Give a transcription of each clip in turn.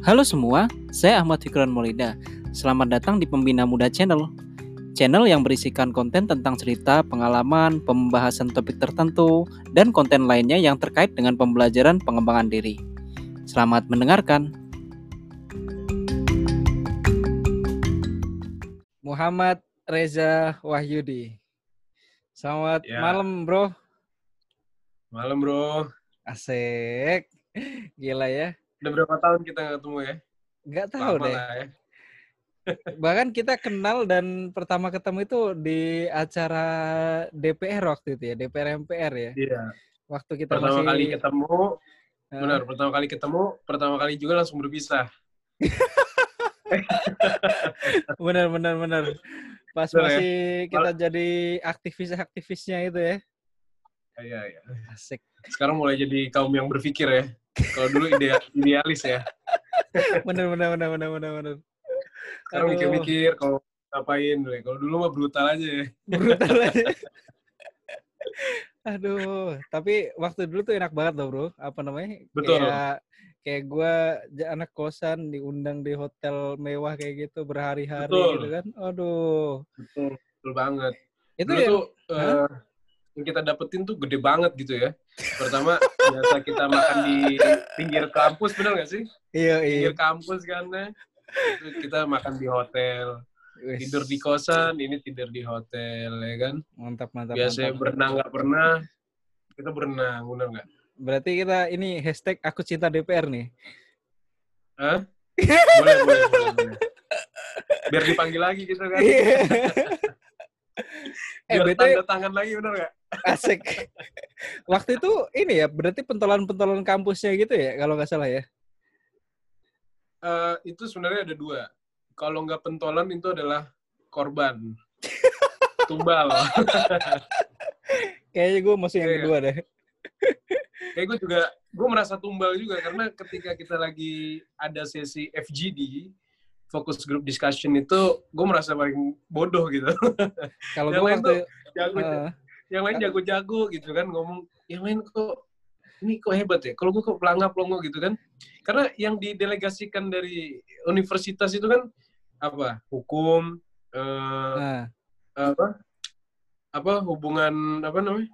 Halo semua, saya Ahmad Fikran Maulida. Selamat datang di Pembina Muda Channel. Channel yang berisikan konten tentang cerita, pengalaman, pembahasan topik tertentu, dan konten lainnya yang terkait dengan pembelajaran pengembangan diri. Selamat mendengarkan. Muhammad Reza Wahyudi. Selamat malam, bro. Malam, bro. Asik. Gila ya. Udah berapa tahun kita nggak ketemu ya? Nggak tahu lama deh. Lah ya. Bahkan kita kenal dan pertama ketemu itu di acara DPR waktu itu ya, DPR MPR ya. Iya. Waktu kita pertama masih kali ketemu, benar. Pertama kali juga langsung berpisah. Benar. Pas Betul, masih ya? kita jadi aktivisnya itu ya. Iya. Asik. Sekarang mulai jadi kaum yang berpikir ya. Kalau dulu idealis ya. Benar. Sekarang mikir-mikir kalau ngapain. Kalau dulu mah brutal aja ya. Brutal aja. Aduh, tapi waktu dulu tuh enak banget loh, bro. Apa namanya? Betul. Kayak gue anak kosan diundang di hotel mewah kayak gitu berhari-hari gitu kan. Aduh. Betul banget. Itu dulu tuh yang kita dapetin tuh gede banget gitu ya. Pertama, biasa kita makan di pinggir kampus, benar nggak sih? Iya. Pinggir kampus kan, itu kita makan di hotel. Tidur di kosan, ini tidur di hotel, ya kan? Mantap. Biasanya berenang nggak pernah, kita berenang, benar nggak? Berarti kita ini hashtag aku cinta DPR nih. Hah? Boleh. Biar dipanggil lagi gitu kan. Biar tanda tangan lagi, benar nggak? Asik. Waktu itu ini ya, berarti pentolan kampusnya gitu ya, kalau nggak salah ya? Itu sebenarnya ada dua. Kalau nggak pentolan itu adalah korban. Tumbal. Kayaknya gue masih yang kedua deh. Kayak gue merasa tumbal juga karena ketika kita lagi ada sesi FGD, focus group discussion itu, gue merasa paling bodoh gitu. Kalau gue waktu yang lain jago-jago gitu kan, ngomong yang lain kok hebat ya. Kalau gue kok pelongo gitu kan. Karena yang didelegasikan dari universitas itu kan apa? Hukum, hubungan apa namanya?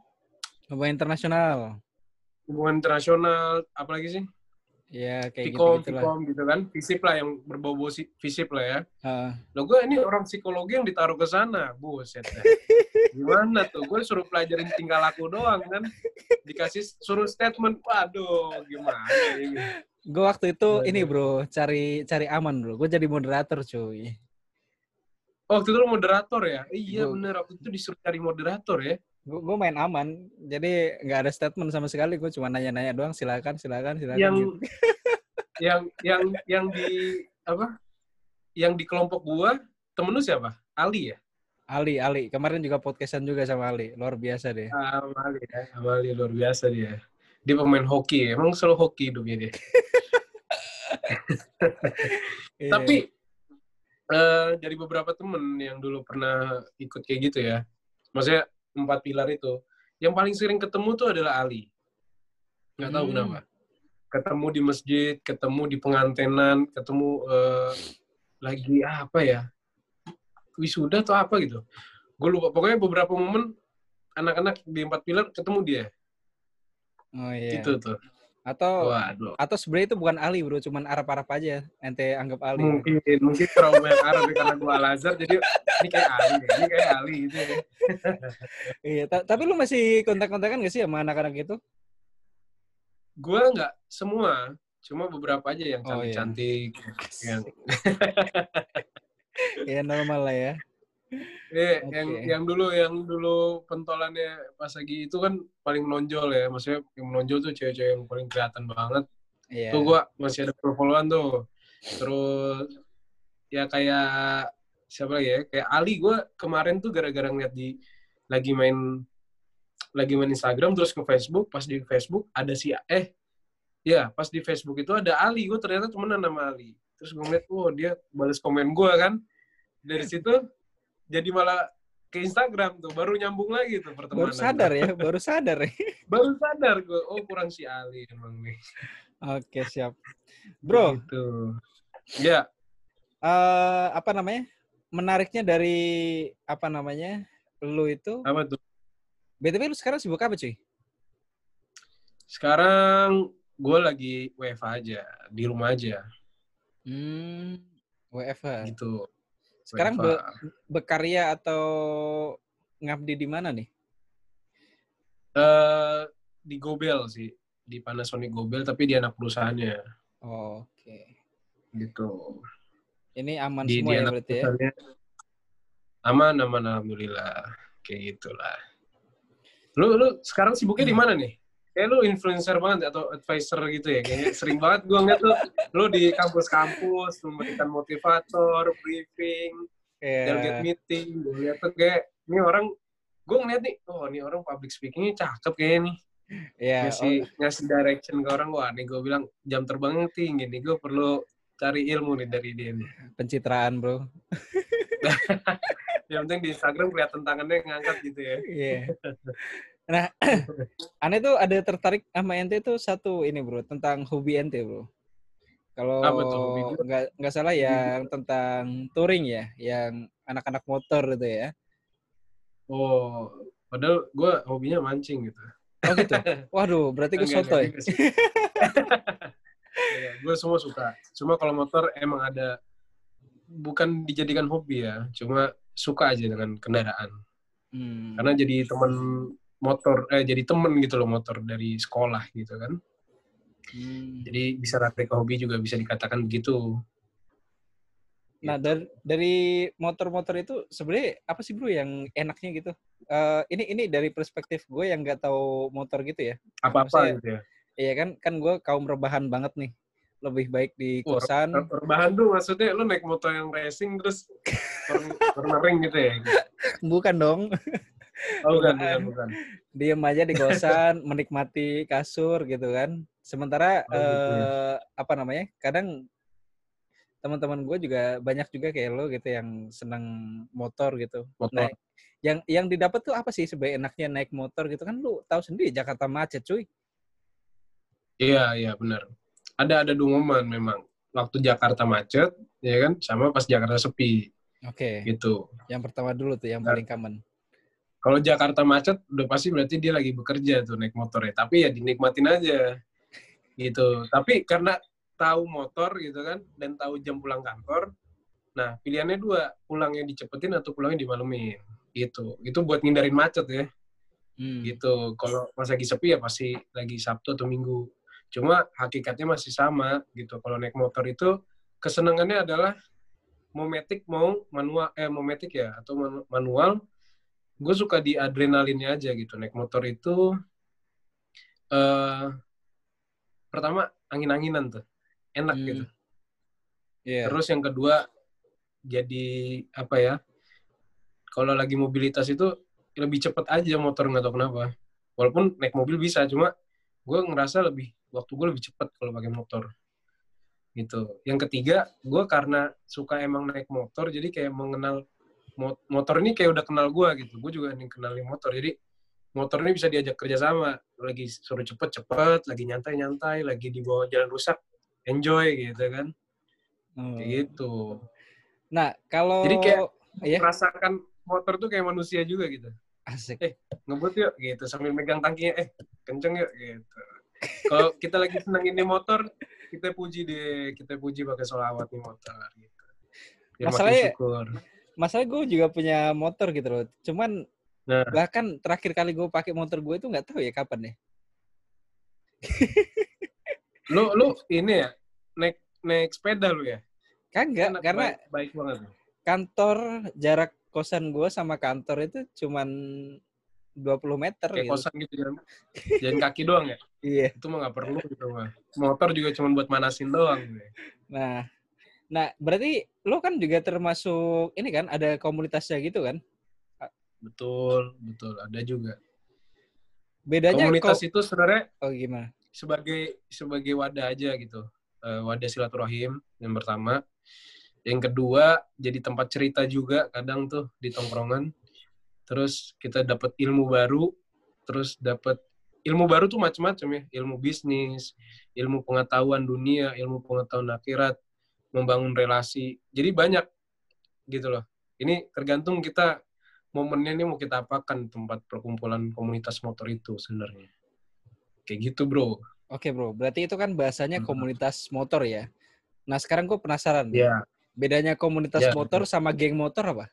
Hubungan internasional, apalagi sih? Ya, kayak Fikom gitu kan. Fisip lah, yang berbau fisip lah ya. Loh, gue ini orang psikologi yang ditaruh ke sana. Buset dah. Gimana tuh? Gue suruh pelajarin tingkah laku doang kan. Dikasih suruh statement. Waduh, gimana ini? Gue waktu itu ini bro, cari aman bro. Gue jadi moderator cuy. Waktu itu lo moderator ya? Iya bener, waktu itu disuruh cari moderator ya. Gue main aman, jadi nggak ada statement sama sekali. Gue cuma nanya-nanya doang, silakan yang, gitu. yang di apa? Yang di kelompok gue, temen lu siapa? Ali ya? Ali. Kemarin juga podcastan juga sama Ali. Luar biasa deh. Sama Ali luar biasa dia. Dia pemain hoki ya. Emang selalu hoki hidupnya dia. Tapi dari beberapa temen yang dulu pernah ikut kayak gitu ya. Maksudnya 4 pilar itu. Yang paling sering ketemu tuh adalah Ali. Nggak tahu kenapa. Ketemu di masjid, ketemu di pengantenan, ketemu lagi apa ya? Wisuda atau apa gitu. Gue lupa. Pokoknya beberapa momen anak-anak di 4 pilar ketemu dia. Oh iya. Gitu tuh. Atau sebenarnya itu bukan Ali bro, cuman Arab aja. Ente anggap Ali. Mungkin trauma yang Arab karena gue Al-Azhar, jadi ini kayak Ali gitu ya. Iya, tapi lu masih kontak-kontakan gak sih sama anak-anak itu? Gue nggak semua, cuma beberapa aja yang cantik-cantik. Ya normal lah ya. Yang dulu pentolannya pas lagi itu kan paling menonjol ya, maksudnya yang menonjol tuh cewek-cewek yang paling kelihatan banget. Tuh gue masih ada follow-an tuh. Terus ya kayak siapa lagi ya? Kayak Ali, gue kemarin tuh gara-gara ngeliat lagi main Instagram terus ke Facebook, pas di Facebook ada pas di Facebook itu ada Ali, gue ternyata temenan sama Ali. Terus gue ngeliat, dia balas komen gue kan. Dari situ jadi malah ke Instagram tuh, baru nyambung lagi tuh pertemanan. Baru sadar gue, kurang si Ali emang nih. Oke, siap. Bro. Gitu. Ya. Apa namanya? Menariknya dari apa namanya? Lu itu. Apa tuh? BTW lu sekarang sibuk apa, cuy? Sekarang gue lagi WFH aja, di rumah aja. WFH. Gitu. Sekarang WFH. berkarya atau ngabdi di mana nih? Di Gobel sih, di Panasonic Gobel, tapi di anak perusahaannya. Oke. Gitu. Ini aman Di semua ya anak berarti ya? perusahaannya aman, alhamdulillah. Kayak gitulah. Lu sekarang sibuknya di mana nih? Kayak lu influencer banget atau advisor gitu ya? Kayaknya sering banget gue ngeliat tuh, lu di kampus-kampus memberikan motivator, briefing, delegate meeting. Gue lihat tuh kayak, ini orang, gue ngeliat nih, oh ini orang public speakingnya cakep kayaknya nih. Ngasih direction ke orang, wah nih gue bilang jam terbangnya tinggi nih, gue perlu cari ilmu nih dari dia nih. Pencitraan, bro. Yang penting di Instagram kelihatan tangannya ngangkat gitu ya. Iya. Nah, aneh tuh ada tertarik sama ente tuh satu ini, bro, tentang hobi ente, bro. Kalau nggak salah yang tentang touring ya, yang anak-anak motor gitu ya. Oh, padahal gue hobinya mancing gitu. Oh gitu? Waduh, berarti gue sotoy. Ya, gue semua suka. Cuma kalau motor emang ada, bukan dijadikan hobi ya, cuma suka aja dengan kendaraan. Karena jadi teman motor, jadi temen gitu loh motor dari sekolah gitu kan. Jadi bisa rate ke hobi juga bisa dikatakan begitu. Nah, dari motor-motor itu sebenarnya apa sih, bro, yang enaknya gitu? Ini dari perspektif gue yang nggak tahu motor gitu ya. Apa-apa gitu ya. Iya kan gue kaum rebahan banget nih. Lebih baik di kosan. Rebahan tuh maksudnya lu naik motor yang racing terus cornering gitu ya? Bukan dong. Oh, bukan. Diem aja di kosan, menikmati kasur gitu kan. Sementara apa namanya? Kadang teman-teman gue juga banyak juga kayak lo gitu yang senang motor gitu. Nah, yang didapat tuh apa sih sebenarnya enaknya naik motor gitu kan? Lu tahu sendiri Jakarta macet, cuy. Iya benar. Ada dua momen memang. Waktu Jakarta macet, ya kan, sama pas Jakarta sepi. Oke. Gitu. Yang pertama dulu tuh yang paling common. Kalau Jakarta macet, udah pasti berarti dia lagi bekerja tuh naik motornya. Tapi ya dinikmatin aja. Gitu. Tapi karena tahu motor gitu kan, dan tahu jam pulang kantor, nah pilihannya dua, pulangnya dicepetin atau pulangnya dimalemin. Gitu. Itu buat ngindarin macet ya. Gitu. Kalau pas lagi sepi ya pasti lagi Sabtu atau Minggu. Cuma hakikatnya masih sama gitu. Kalau naik motor itu kesenangannya adalah mau matic mau manual, mau matic ya atau manual, gue suka di adrenalinnya aja gitu. Naik motor itu pertama angin-anginan tuh, enak gitu. Terus yang kedua jadi apa ya? Kalau lagi mobilitas itu lebih cepet aja motor, nggak tahu kenapa. Walaupun naik mobil bisa, cuma gue ngerasa waktu gue lebih cepet kalau pakai motor. Gitu. Yang ketiga, gue karena suka emang naik motor, jadi kayak mengenal motor ini kayak udah kenal gue gitu. Gue juga nih kenalin motor, jadi motor ini bisa diajak kerjasama. Lagi suruh cepet-cepet, lagi nyantai-nyantai, lagi di bawah jalan rusak, enjoy gitu kan. Kayak gitu. Nah, kalau jadi kayak merasakan motor tuh kayak manusia juga gitu. Asik. Ngebut yuk gitu, sambil megang tangkinya, kenceng yuk gitu. Kalau kita lagi senang ini motor, kita puji pakai sholawat nih motor gitu. Biar makin syukur. Masalah gue juga punya motor gitu loh. Cuman bahkan terakhir kali gue pakai motor gue itu nggak tahu ya kapan ya. lu ini ya naik sepeda lu ya? Kagak, karena baik banget. Kantor, jarak kosan gue sama kantor itu cuman 20 meter. Kayak gitu. Kosan gitu jalan kaki doang ya? Iya. Itu mah nggak perlu gitu mah. Motor juga cuma buat manasin doang. Nah, berarti lo kan juga termasuk ini kan, ada komunitasnya gitu kan? Betul, ada juga. Bedanya komunitas itu sebenarnya gimana? Sebagai wadah aja gitu. Wadah silaturahim yang pertama. Yang kedua, jadi tempat cerita juga kadang tuh di tongkrongan. Terus kita dapat ilmu baru, terus dapat ilmu baru tuh macam-macam ya, ilmu bisnis, ilmu pengetahuan dunia, ilmu pengetahuan akhirat, membangun relasi. Jadi banyak gitu loh. Ini tergantung kita momennya ini mau kita apakan tempat perkumpulan komunitas motor itu sebenarnya. Kayak gitu, Bro. Oke, Bro. Berarti itu kan bahasanya komunitas motor ya. Nah, sekarang gue penasaran nih. Ya. Bedanya komunitas motor sama geng motor apa?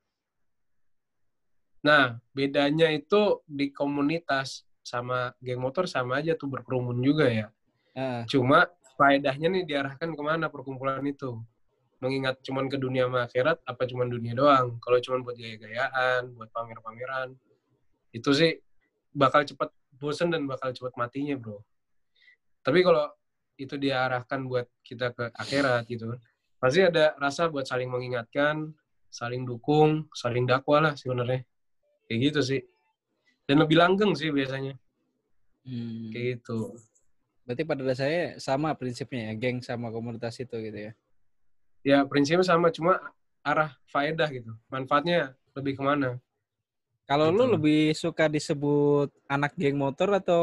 Nah, bedanya itu di komunitas sama geng motor sama aja tuh, berkerumun juga ya. Cuma faedahnya nih diarahkan kemana perkumpulan itu. Mengingat cuman ke dunia sama akhirat, apa cuman dunia doang. Kalau cuman buat gaya-gayaan, buat pamer-pameran, itu sih bakal cepat bosen dan bakal cepat matinya, Bro. Tapi kalau itu diarahkan buat kita ke akhirat gitu, pasti ada rasa buat saling mengingatkan, saling dukung, saling dakwah lah sebenarnya. Kayak gitu sih. Dan lebih langgeng sih biasanya. Kayak gitu. Berarti pada dasarnya sama prinsipnya ya, geng sama komunitas itu gitu ya? Ya, prinsipnya sama, cuma arah faedah gitu. Manfaatnya lebih kemana. Kalau gitu. Lu lebih suka disebut anak geng motor atau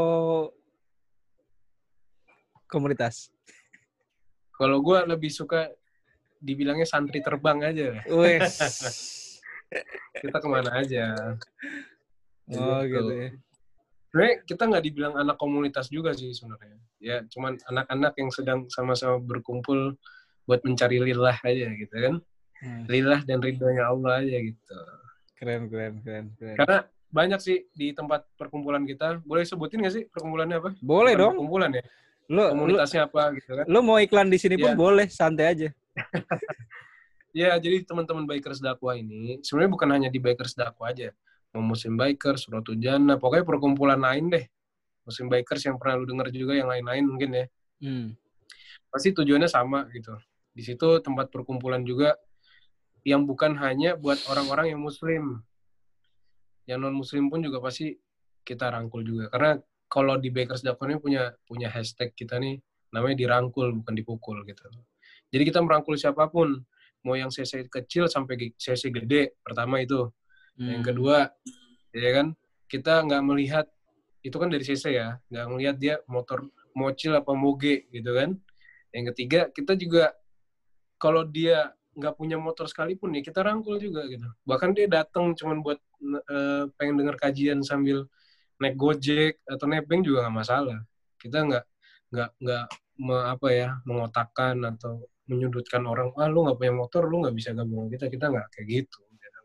komunitas? Kalau gue lebih suka dibilangnya santri terbang aja. Wes. Kita kemana aja. Oh gitu ya. Sebenarnya kita nggak dibilang anak komunitas juga sih sebenarnya. Ya cuman anak-anak yang sedang sama-sama berkumpul buat mencari lillah aja gitu kan. Lillah dan ridhonya Allah aja gitu. Keren. Karena banyak sih di tempat perkumpulan kita. Boleh sebutin nggak sih perkumpulannya apa? Boleh dong. Perkumpulan ya. Komunitasnya apa gitu kan. Lo mau iklan di sini pun boleh, santai aja. Ya, jadi teman-teman Bikers Dakwah ini sebenarnya bukan hanya di Bikers Dakwah aja. Muslim Bikers, Rotu Jannah, pokoknya perkumpulan lain deh. Muslim Bikers yang pernah lu dengar juga, yang lain-lain mungkin ya. Pasti tujuannya sama gitu. Di situ tempat perkumpulan juga yang bukan hanya buat orang-orang yang muslim. Yang non-muslim pun juga pasti kita rangkul juga. Karena kalau di Bikers Dakwah ini punya hashtag kita nih, namanya dirangkul, bukan dipukul gitu. Jadi kita merangkul siapapun. Mau yang CC kecil sampai CC gede, pertama itu. Yang kedua, ya kan, kita nggak melihat, itu kan dari CC ya, nggak melihat dia motor mocil apa moge gitu kan. Yang ketiga, kita juga kalau dia nggak punya motor sekalipun nih, kita rangkul juga gitu. Bahkan dia datang cuman buat pengen dengar kajian sambil naik Gojek atau nebeng juga nggak masalah. Kita nggak mengotakkan atau menyudutkan orang, lu nggak punya motor, lu nggak bisa gabung sama kita nggak kayak gitu.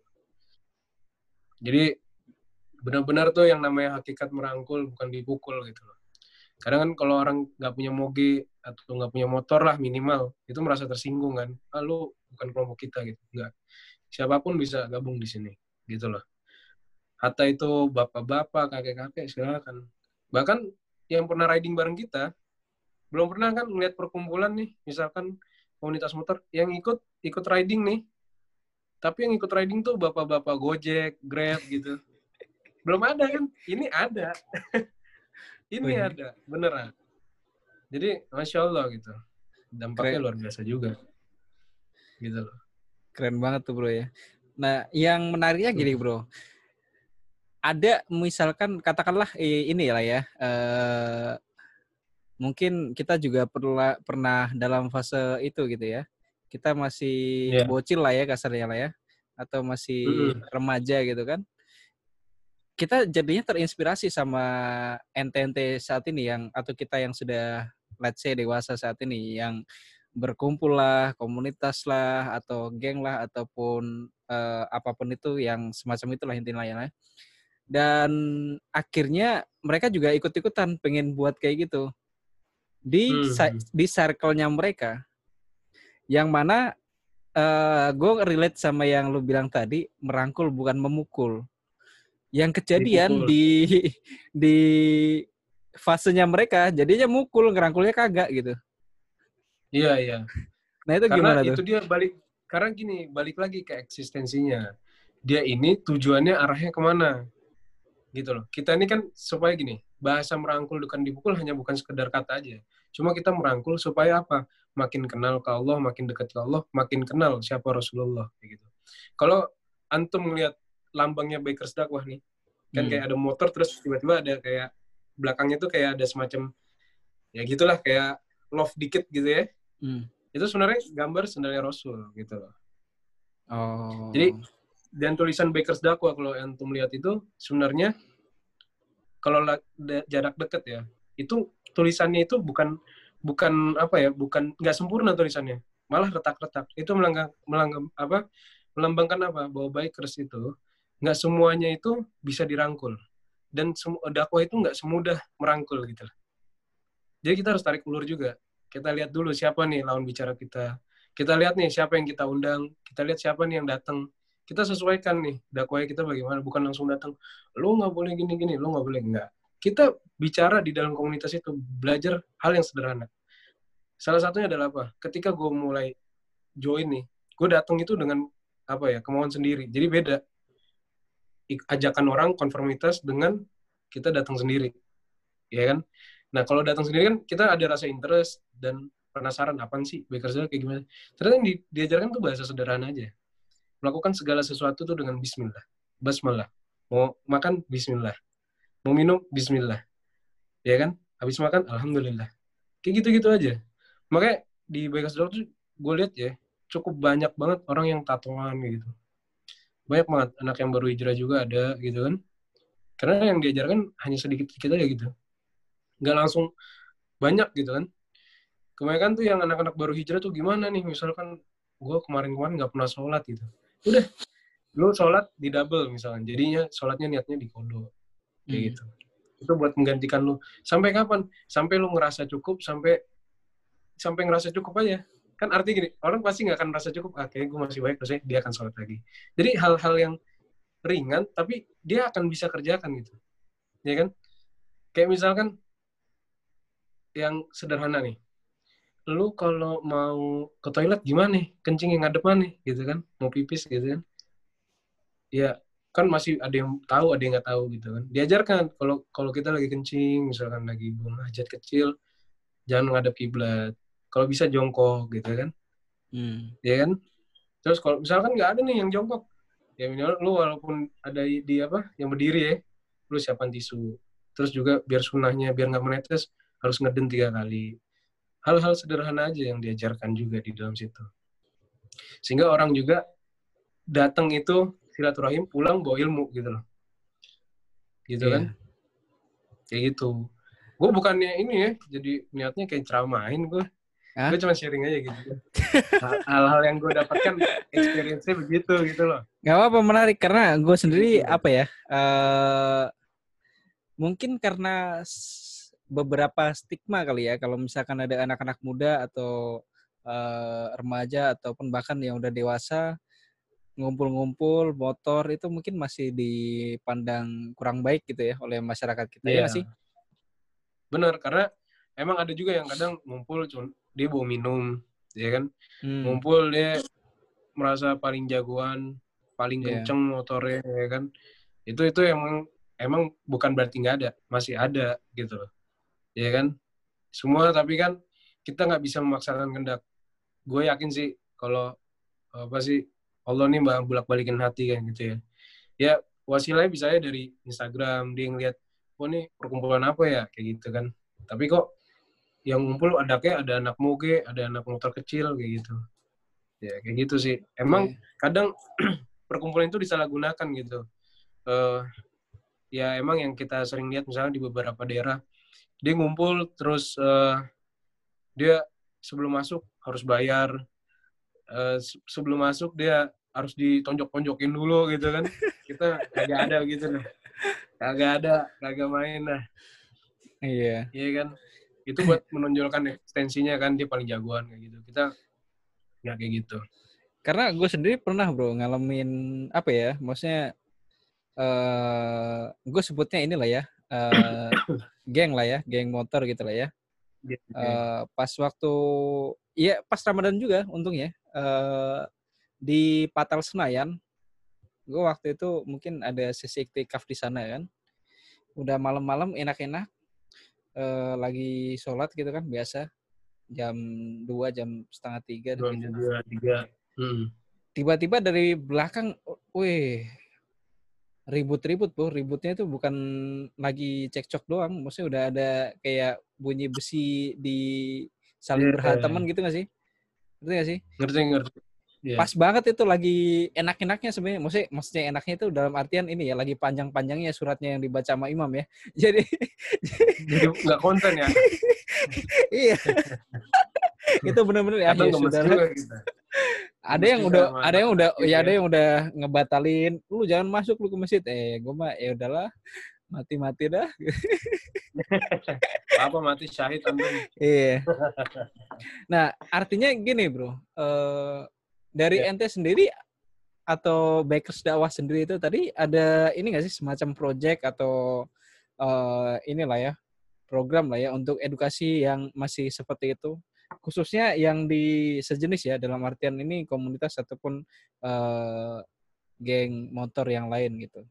Jadi benar-benar tuh yang namanya hakikat merangkul, bukan dipukul gitu loh. Kadang kan kalau orang nggak punya moge atau nggak punya motor lah minimal, itu merasa tersinggung kan. Lu bukan kelompok kita gitu. Enggak. Siapapun bisa gabung di sini gitu loh. Hatta itu bapak-bapak, kakek-kakek silakan. Bahkan yang pernah riding bareng kita, belum pernah kan ngeliat perkumpulan nih, misalkan komunitas motor yang ikut riding nih. Tapi yang ikut riding tuh bapak-bapak Gojek, Grab gitu. Belum ada kan? Ini ada. Ini ada, beneran. Jadi, Masya Allah gitu. Dampaknya luar biasa juga. Gitu loh. Keren banget tuh bro ya. Nah, yang menariknya gini bro. Ada misalkan, katakanlah ini lah ya. Mungkin kita juga pernah dalam fase itu gitu ya. Kita masih bocil lah ya kasarnya lah ya. Atau masih remaja gitu kan. Kita jadinya terinspirasi sama ente-ente saat ini atau kita yang sudah let's say dewasa saat ini yang berkumpul lah, komunitas lah, atau geng lah, ataupun apapun itu yang semacam itulah intinya ya. Dan akhirnya mereka juga ikut-ikutan pengen buat kayak gitu. Di circle-nya mereka, yang mana gue relate sama yang lu bilang tadi, merangkul bukan memukul. Yang kejadian di fasenya mereka, jadinya mukul, ngerangkulnya kagak gitu. Iya. Nah itu gimana karena tuh? Itu dia karena gini, balik lagi ke eksistensinya. Dia ini tujuannya arahnya kemana? Gitu loh. Kita ini kan supaya gini, bahasa merangkul bukan dipukul hanya bukan sekedar kata aja. Cuma kita merangkul supaya apa? Makin kenal ke Allah, makin dekat ke Allah, makin kenal siapa Rasulullah. Gitu. Kalau antum melihat lambangnya Bikers Dakwah nih, kan kayak ada motor terus tiba-tiba ada kayak belakangnya tuh kayak ada semacam ya gitulah kayak love dikit gitu ya. Itu sebenarnya gambar sendalnya Rasul gitu. Jadi dan tulisan Baker's Dakwah kalau antum lihat itu sebenarnya kalau jarak dekat ya, itu tulisannya itu bukan apa ya, bukan nggak sempurna tulisannya, malah retak-retak. Itu melambangkan apa? Bahwa bikers itu nggak semuanya itu bisa dirangkul, dan dakwah itu nggak semudah merangkul gitu. Jadi kita harus tarik ulur juga. Kita lihat dulu siapa nih lawan bicara kita. Kita lihat nih siapa yang kita undang. Kita lihat siapa nih yang datang. Kita sesuaikan nih dakwahnya kita bagaimana. Bukan langsung datang, lu nggak boleh gini-gini, lu nggak boleh. Enggak. Kita bicara di dalam komunitas itu, belajar hal yang sederhana. Salah satunya adalah apa? Ketika gue mulai join nih, gue datang itu dengan apa ya, kemauan sendiri. Jadi beda. Ajakan orang konformitas dengan kita datang sendiri. Ya kan? Nah, kalau datang sendiri kan kita ada rasa interest dan penasaran apaan sih Baker's Dakwah kayak gimana. Ternyata yang diajarkan tuh bahasa sederhana aja. Melakukan segala sesuatu tuh dengan bismillah. Basmalah. Mau makan bismillah. Mau minum bismillah. Ya kan? Habis makan alhamdulillah. Kayak gitu-gitu aja. Makanya di Baker's Dakwah tuh gue lihat ya, cukup banyak banget orang yang tatoan gitu. Banyak banget anak yang baru hijrah juga ada gitu kan. Karena yang diajarkan hanya sedikit-sedikit aja gitu. Nggak langsung banyak gitu kan. Kebanyakan tuh yang anak-anak baru hijrah tuh gimana nih, misalkan gue kemarin-kemarin nggak pernah sholat gitu. Udah, lu sholat di double misalkan. Jadinya sholatnya niatnya di kodo. Kayak gitu. Itu buat menggantikan lu. Sampai kapan? Sampai lu ngerasa cukup, sampai ngerasa cukup aja. Kan artinya gini, orang pasti nggak akan merasa cukup. Kayaknya gue masih baik, terus dia akan sholat lagi. Jadi hal-hal yang ringan, tapi dia akan bisa kerjakan gitu. Ya kan? Kayak misalkan yang sederhana nih. Lu kalau mau ke toilet gimana nih? Kencing yang ngadep mana nih? Gitu kan? Mau pipis gitu kan? Ya, kan masih ada yang tahu, ada yang nggak tahu gitu kan. Diajarkan kalau kita lagi kencing, misalkan lagi buang hajat kecil, jangan ngadep kiblat. Kalau bisa jongkok gitu kan. Ya kan? Terus kalau misalkan nggak ada nih yang jongkok, ya minimal lu walaupun ada di apa yang berdiri ya, lu siapkan tisu. Terus juga biar sunnahnya biar nggak menetes harus ngeden 3 kali. Hal-hal sederhana aja yang diajarkan juga di dalam situ. Sehingga orang juga datang itu silaturahim, pulang bawa ilmu gitu loh. Gitu kan? Kayak gitu. Gue bukannya ini ya, jadi niatnya kayak ceramahin gue. Gue cuma sharing aja gitu. Hal-hal yang gue dapatkan, experience-nya begitu gitu loh. Gak apa-apa, menarik. Karena gue sendiri apa ya, mungkin karena beberapa stigma kali ya, kalau misalkan ada anak-anak muda atau remaja ataupun bahkan yang udah dewasa ngumpul-ngumpul motor itu mungkin masih dipandang kurang baik gitu ya oleh masyarakat kita. Ya nggak sih? Benar, karena emang ada juga yang kadang ngumpul dia bawa minum, ya kan? Ngumpul dia merasa paling jagoan, paling kenceng motornya, ya kan? Itu emang bukan berarti nggak ada, masih ada gitu loh. Ya kan? Semua, tapi kan kita nggak bisa memaksakan kehendak. Gue yakin sih kalau apa sih Allah nih bolak-balikin hati kan gitu ya. Ya wasilahnya bisa ya dari Instagram, dia ngeliat, oh nih perkumpulan apa ya kayak gitu kan. Tapi kok yang ngumpul ada anak moge, ada anak motor kecil kayak gitu. Ya kayak gitu sih. Emang kadang perkumpulan itu disalahgunakan gitu. Ya emang yang kita sering lihat misalnya di beberapa daerah, dia ngumpul terus dia sebelum masuk harus bayar. Sebelum masuk dia harus ditonjok-tonjokin dulu gitu kan. Kita kagak ada gitu lah. Kagak main lah. Iya. Iya kan. Itu buat menonjolkan ekstensinya kan, dia paling jagoan kayak gitu. Kita nggak kayak gitu. Karena gue sendiri pernah bro ngalamin apa ya, maksudnya gue sebutnya inilah ya, geng lah ya, geng motor gitu lah ya. Pas waktu, ya pas Ramadan juga untungnya, di Patal Senayan, gue waktu itu mungkin ada sesi iktikaf di sana kan. Udah malam-malam enak-enak, lagi sholat gitu kan biasa, jam 2, jam setengah 3. Jam 2, 3. Tiba-tiba dari belakang, wih, ribut-ribut, Bro. Ributnya itu bukan lagi cekcok doang, maksudnya udah ada kayak bunyi besi di saling berhantaman gitu nggak sih? Ngerti nggak sih? Ngerti. Yeah. Pas banget itu lagi enak-enaknya sebenarnya. Maksudnya enaknya itu dalam artian ini ya, lagi panjang-panjangnya suratnya yang dibaca sama imam ya. Jadi nggak konten ya. Iya. Itu benar-benar ya, saudara. Ada yang udah ngebatalin, lu jangan masuk lu ke masjid. Gue mah ya udahlah, mati dah. Apa mati syahid antum. Iya. Nah, artinya gini, Bro. Dari ente sendiri atau Bakers Dakwah sendiri itu tadi ada ini nggak sih semacam project atau inilah ya, program lah ya untuk edukasi yang masih seperti itu, khususnya yang di sejenis ya, dalam artian ini komunitas ataupun geng motor yang lain gitu.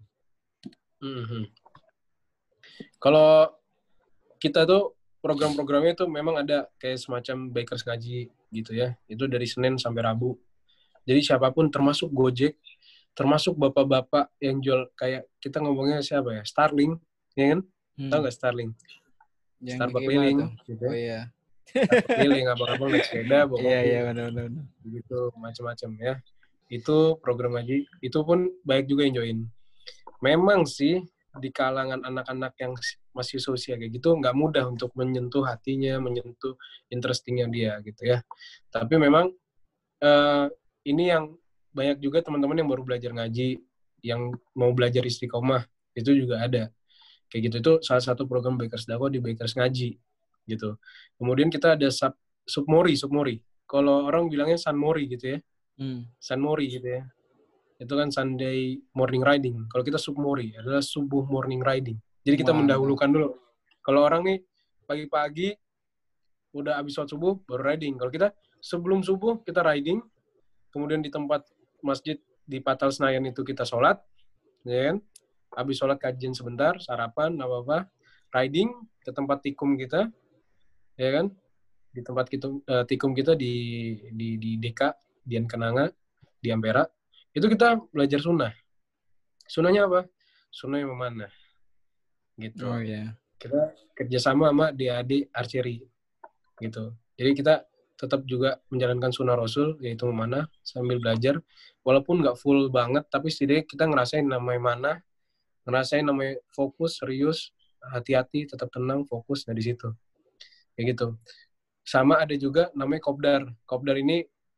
Kalau kita tuh program-programnya tuh memang ada kayak semacam Bakers ngaji gitu ya. Itu dari Senin sampai Rabu. Jadi siapapun termasuk Gojek, termasuk bapak-bapak yang jual kayak kita ngomongnya siapa ya? Starling, ya kan? Tahu nggak Starling? Starbucks keliling. Gitu. Oh iya. Starbucks keliling, abang-abang naik sepeda, bawa kopi. Iya, benar. Gitu, macam-macam ya. Itu program ngaji. Itu pun baik juga yang join. Memang sih di kalangan anak-anak yang masih seusia kayak gitu nggak mudah untuk menyentuh hatinya, menyentuh interestingnya dia gitu ya. Tapi memang ini yang banyak juga teman-teman yang baru belajar ngaji, yang mau belajar istiqomah, itu juga ada. Kayak gitu, itu salah satu program Bakers Dakwah di Bakers Ngaji gitu. Kemudian kita ada Submori. Kalau orang bilangnya Sunmori gitu ya. Sunmori gitu ya. Itu kan Sunday morning riding. Kalau kita Submori adalah subuh morning riding. Jadi kita mendahulukan dulu. Kalau orang nih pagi-pagi udah habis sholat subuh baru riding. Kalau kita sebelum subuh kita riding, kemudian di tempat masjid di Patal Senayan itu kita sholat, ya kan? Habis sholat kajian sebentar, sarapan, apa-apa, riding ke tempat tikum kita, ya kan? Di tempat tikum kita di DK, Dian Kenanga, di Ampera. Itu kita belajar sunnah. Sunnahnya apa? Sunnah yang memanah. Gitu. Oh iya. Kita kerjasama sama DAD Archery. Gitu. Jadi kita tetap juga menjalankan sunnah Rasul, yaitu memanah, sambil belajar. Walaupun nggak full banget, tapi setidaknya kita ngerasain namanya manah, ngerasain namanya fokus, serius, hati-hati, tetap tenang, fokus, dari situ. Kayak gitu. Sama ada juga namanya kopdar. Kopdar ini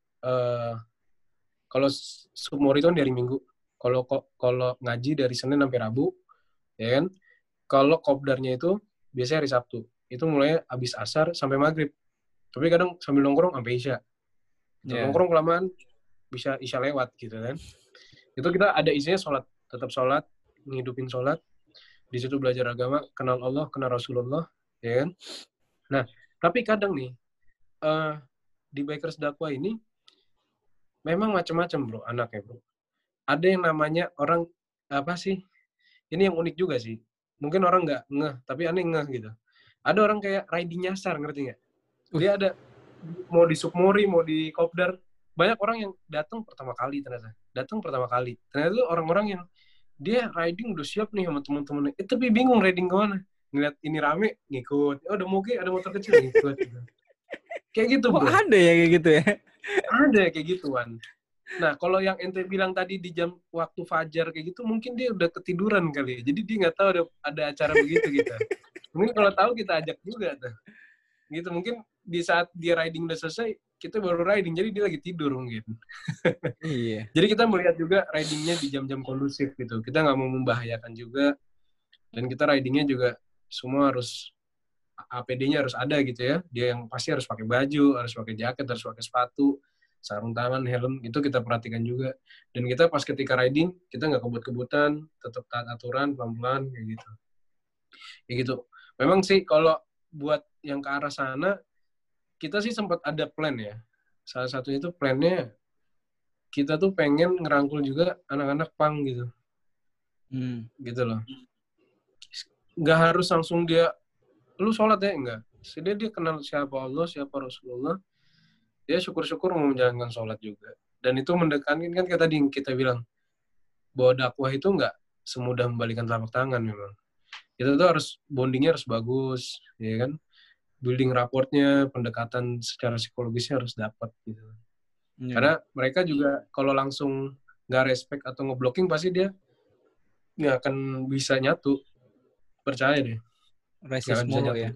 kalau Submori itu kan dari Minggu. Kalau ngaji dari Senin sampai Rabu, ya kan? Kalau kopdarnya itu biasanya hari Sabtu. Itu mulai habis asar sampai maghrib. Tapi kadang sambil nongkrong sampai isya. Nongkrong kelamaan bisa isya lewat gitu kan. Itu kita ada isinya sholat. Tetap sholat, ngidupin sholat. Di situ belajar agama, kenal Allah, kenal Rasulullah, ya kan? Nah, tapi kadang nih, di Bakers Dakwah ini memang macam-macam bro, anaknya bro. Ada yang namanya orang apa sih? Ini yang unik juga sih. Mungkin orang nggak ngeh, tapi aneh ngeh gitu. Ada orang kayak riding nyasar, ngerti nggak? Dia ada mau di Submori, mau di Kopdar. Banyak orang yang datang pertama kali ternyata. Ternyata itu orang-orang yang dia riding udah siap nih sama teman-temannya. Tapi bingung riding kemana. Ngeliat ini rame, ngikut. Oh, udah mau ada motor kecil, ngikut. Gitu. Kayak gitu bro. Ada ya kayak gitu ya? Ada kayak gituan. Nah, kalau yang ente bilang tadi di jam waktu fajar kayak gitu, mungkin dia udah ketiduran kali ya. Jadi dia nggak tahu ada acara begitu gitu. Mungkin kalau tahu kita ajak juga tuh. Gitu, mungkin di saat dia riding udah selesai, kita baru riding, jadi dia lagi tidur mungkin. Iya. Jadi kita melihat juga ridingnya di jam-jam kondusif gitu. Kita nggak mau membahayakan juga. Dan kita ridingnya juga semua harus APD-nya harus ada gitu ya. Dia yang pasti harus pakai baju, harus pakai jaket, harus pakai sepatu, sarung tangan, helm, itu kita perhatikan juga. Dan kita pas ketika riding, kita nggak kebut-kebutan, tetap taat aturan, pelan-pelan, kayak gitu. Kayak gitu. Memang sih kalau buat yang ke arah sana, kita sih sempat ada plan ya. Salah satunya itu plannya, kita tuh pengen ngerangkul juga anak-anak pang gitu. Gitu loh. Nggak harus langsung dia, lu sholat ya? Enggak. Dia kenal siapa Allah, siapa Rasulullah. Dia syukur-syukur mau menjalankan sholat juga. Dan itu mendekatkan kan kayak tadi kita bilang, bahwa dakwah itu nggak semudah membalikan telapak tangan memang. Itu tuh harus bondingnya harus bagus, ya kan? Building rapportnya, pendekatan secara psikologisnya harus dapat gitu. Karena mereka juga kalau langsung nggak respect atau ngeblocking pasti dia nggak akan bisa nyatu. Percaya deh. Resist mulu ya.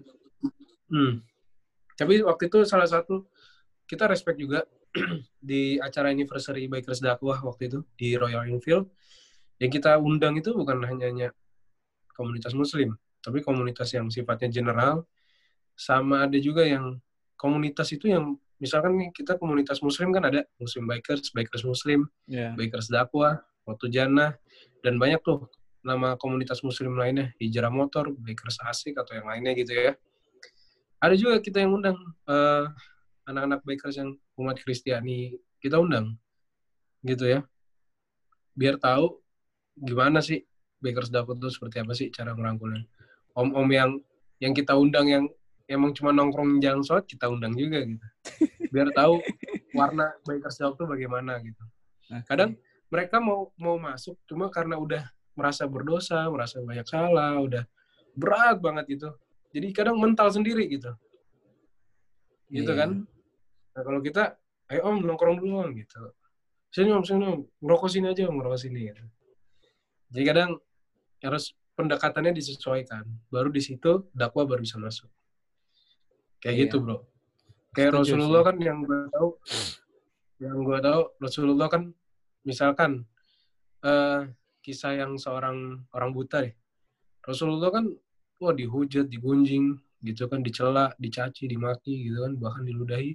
Tapi waktu itu salah satu kita respect juga di acara anniversary Bikers Dakwah waktu itu di Royal Enfield. Yang kita undang itu bukan hanya komunitas muslim, tapi komunitas yang sifatnya general, sama ada juga yang komunitas itu yang misalkan nih kita komunitas muslim kan ada Muslim Bikers, Bikers Muslim, Bikers Dakwah, Foto Jannah, dan banyak tuh nama komunitas muslim lainnya, Hijrah Motor, Bikers Asik atau yang lainnya gitu ya. Ada juga kita yang undang anak-anak bikers yang umat Kristiani, kita undang gitu ya, biar tahu gimana sih bikers Dakwah itu seperti apa sih cara ngerangkulnya. Om-om yang kita undang yang emang cuma nongkrong jalan sholat kita undang juga gitu, biar tahu warna bikers Dakwah itu bagaimana gitu. Kadang mereka mau masuk cuma karena udah merasa berdosa, merasa banyak salah, udah berat banget gitu. Jadi kadang mental sendiri gitu. Gitu kan. Nah kalau kita, ayo om nongkrong dulu om gitu. Sini om, ngerokok sini aja om, ngerokok sini gitu. Jadi kadang harus pendekatannya disesuaikan. Baru di situ dakwah baru bisa masuk. Kayak gitu bro. Kayak setuju, Rasulullah kan yang gue tahu Rasulullah kan misalkan kisah yang seorang orang buta deh. Rasulullah kan dihujat, digunjing gitu kan, dicela, dicaci, dimaki gitu kan, bahkan diludahi.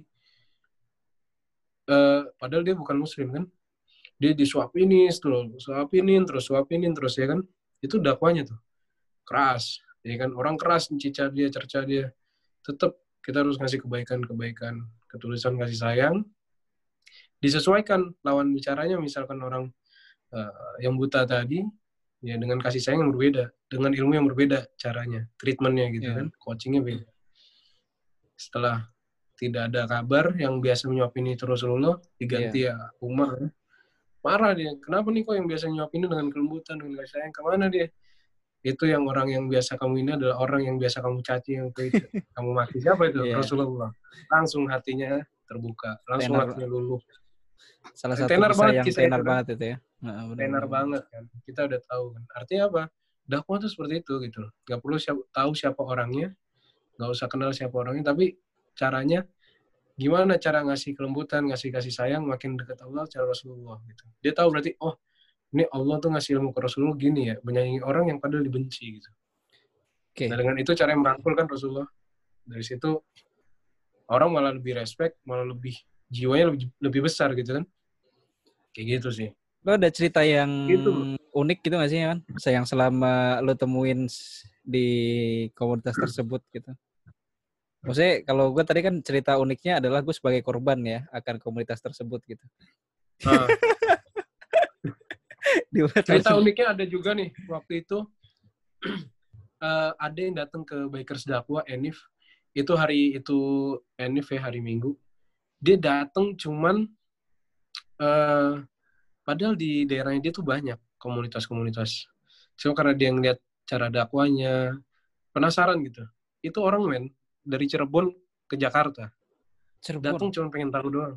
Padahal dia bukan muslim kan. Dia disuapinin terus ya kan. Itu dakwanya tuh. Keras, ya kan. Orang keras mencica dia, cerca dia. Tetap kita harus ngasih kebaikan, ketulusan, kasih sayang. Disesuaikan lawan bicaranya, misalkan orang yang buta tadi, ya dengan kasih sayang yang berbeda, dengan ilmu yang berbeda caranya, treatmentnya gitu kan, coachingnya beda. Setelah tidak ada kabar yang biasa nyuapin itu Rasulullah, diganti ya Umar. Marah dia, kenapa nih kok yang biasa nyuapin dengan kelembutan, dengan kasih sayang, kemana dia? Itu yang orang yang biasa kamu ini adalah orang yang biasa kamu caci, yang kamu mati. Siapa itu? Rasulullah. Langsung hatinya terbuka, langsung hatinya luluh. Salah satu kisah yang tenar banget itu ya. Tenar banget kan. Kita udah tahu kan. Artinya apa? Dakwah tuh seperti itu gitu. Gak perlu tahu siapa orangnya, gak usah kenal siapa orangnya, tapi caranya gimana cara ngasih kelembutan, ngasih kasih sayang, makin dekat Allah cara Rasulullah gitu. Dia tahu berarti ini Allah tuh ngasih ilmu ke Rasulullah gini ya, menyayangi orang yang padahal dibenci gitu. Nah dengan itu cara yang merangkul kan Rasulullah. Dari situ orang malah lebih respect, malah lebih jiwanya lebih besar gitu kan. Kayak gitu sih. Lo ada cerita yang unik gitu gak sih kan? Yang selama lo temuin di komunitas tersebut gitu. Maksudnya kalau gue tadi kan cerita uniknya adalah gue sebagai korban ya akan komunitas tersebut gitu. Cerita uniknya ada juga nih. Waktu itu ada yang datang ke Bikers Dakwah, Enif. Itu hari itu Enif ya, hari Minggu. Dia datang cuman padahal di daerahnya dia tuh banyak komunitas-komunitas. Cuma karena dia ngeliat cara dakwanya, penasaran gitu. Itu orang dari Cirebon ke Jakarta. Datang cuma pengen tahu doang.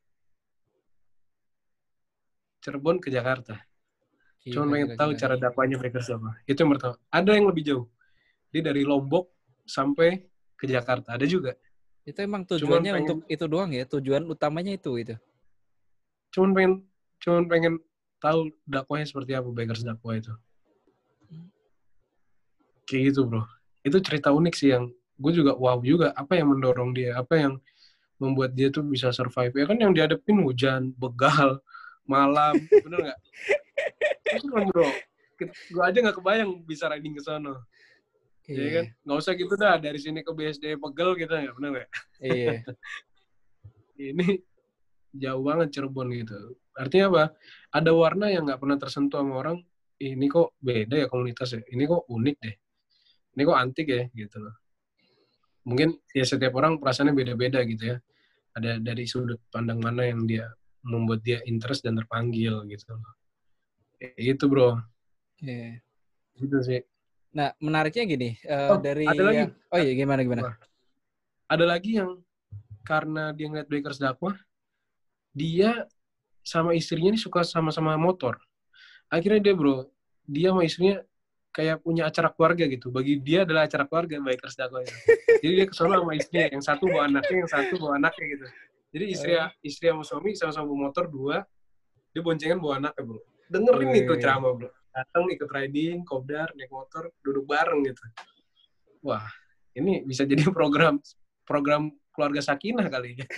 Cirebon ke Jakarta. Cuma pengen tahu cara dakwanya mereka sama. Itu yang pertama. Ada yang lebih jauh. Dia dari Lombok sampai ke Jakarta. Ada juga. Itu emang tujuannya untuk itu doang ya? Tujuan utamanya itu? Cuman pengen tahu dakwahnya seperti apa, Bikers Dakwah itu. Kayak gitu bro. Itu cerita unik sih yang gue juga wow juga. Apa yang mendorong dia? Apa yang membuat dia tuh bisa survive? Ya kan yang dihadapin hujan, begal, malam. Bener gak? Itu kan bro. Gue aja gak kebayang bisa riding ke sana. Iya kan? Gak usah gitu dah. Dari sini ke BSD pegel gitu ya. Bener gak? Iya. Ini jauh banget Cirebon gitu. Artinya apa? Ada warna yang gak pernah tersentuh sama orang. Ini kok beda ya komunitas ya. Ini kok unik deh. Ini kok antik ya gitu loh. Mungkin ya setiap orang perasaannya beda-beda gitu ya. Ada dari sudut pandang mana yang dia membuat dia interest dan terpanggil gitu loh. Itu bro. Yeah. Gitu sih. Nah, menariknya gini, dari ada lagi. Oh iya, gimana? Ada lagi yang karena dia ngeliat Bikers dakwah, dia sama istrinya ini suka sama-sama motor. Akhirnya dia sama istrinya kayak punya acara keluarga gitu. Bagi dia adalah acara keluarga Bikers dakwah itu. Jadi dia kesana sama istrinya, yang satu bawa anaknya, yang satu bawa anaknya gitu. Jadi istri sama suami sama-sama bawa motor 2, dia boncengan bawa anaknya, bro. Dengerin itu ceramah, bro. Datang ikut riding, kopdar, naik motor, duduk bareng gitu. Wah, ini bisa jadi program keluarga sakinah kali ya.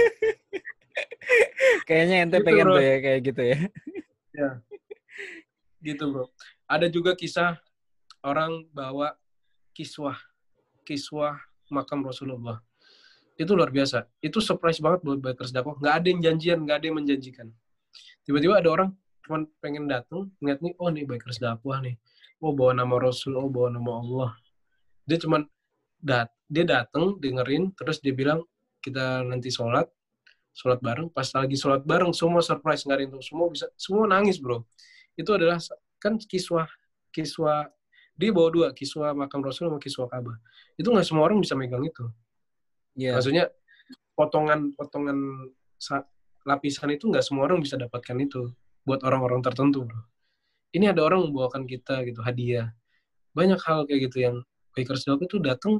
Kayaknya ente gitu, pengen bro. Tuh ya kayak gitu ya. Ya. Gitu, bro. Ada juga kisah orang bawa kiswah makam Rasulullah. Itu luar biasa. Itu surprise banget buat Bikers dakwah. Nggak ada yang janjian, nggak ada yang menjanjikan. Tiba-tiba ada orang cuma pengen datang, ngeliat nih, oh nih Bikers dakwah nih. Oh bawa nama Rasul, oh bawa nama Allah. Dia cuma dia datang, dengerin, terus dia bilang, kita nanti sholat bareng. Pas lagi sholat bareng, semua surprise, nggak ada yang tahu. Semua nangis, bro. Itu adalah, kan kiswah, dia bawa 2, kiswah makam Rasul sama kiswah Ka'bah. Itu nggak semua orang bisa megang itu. Yeah. Maksudnya potongan lapisan itu nggak semua orang bisa dapatkan itu. Buat orang-orang tertentu, bro. Ini ada orang membawakan kita gitu hadiah. Banyak hal kayak gitu yang Bikers dakwah itu datang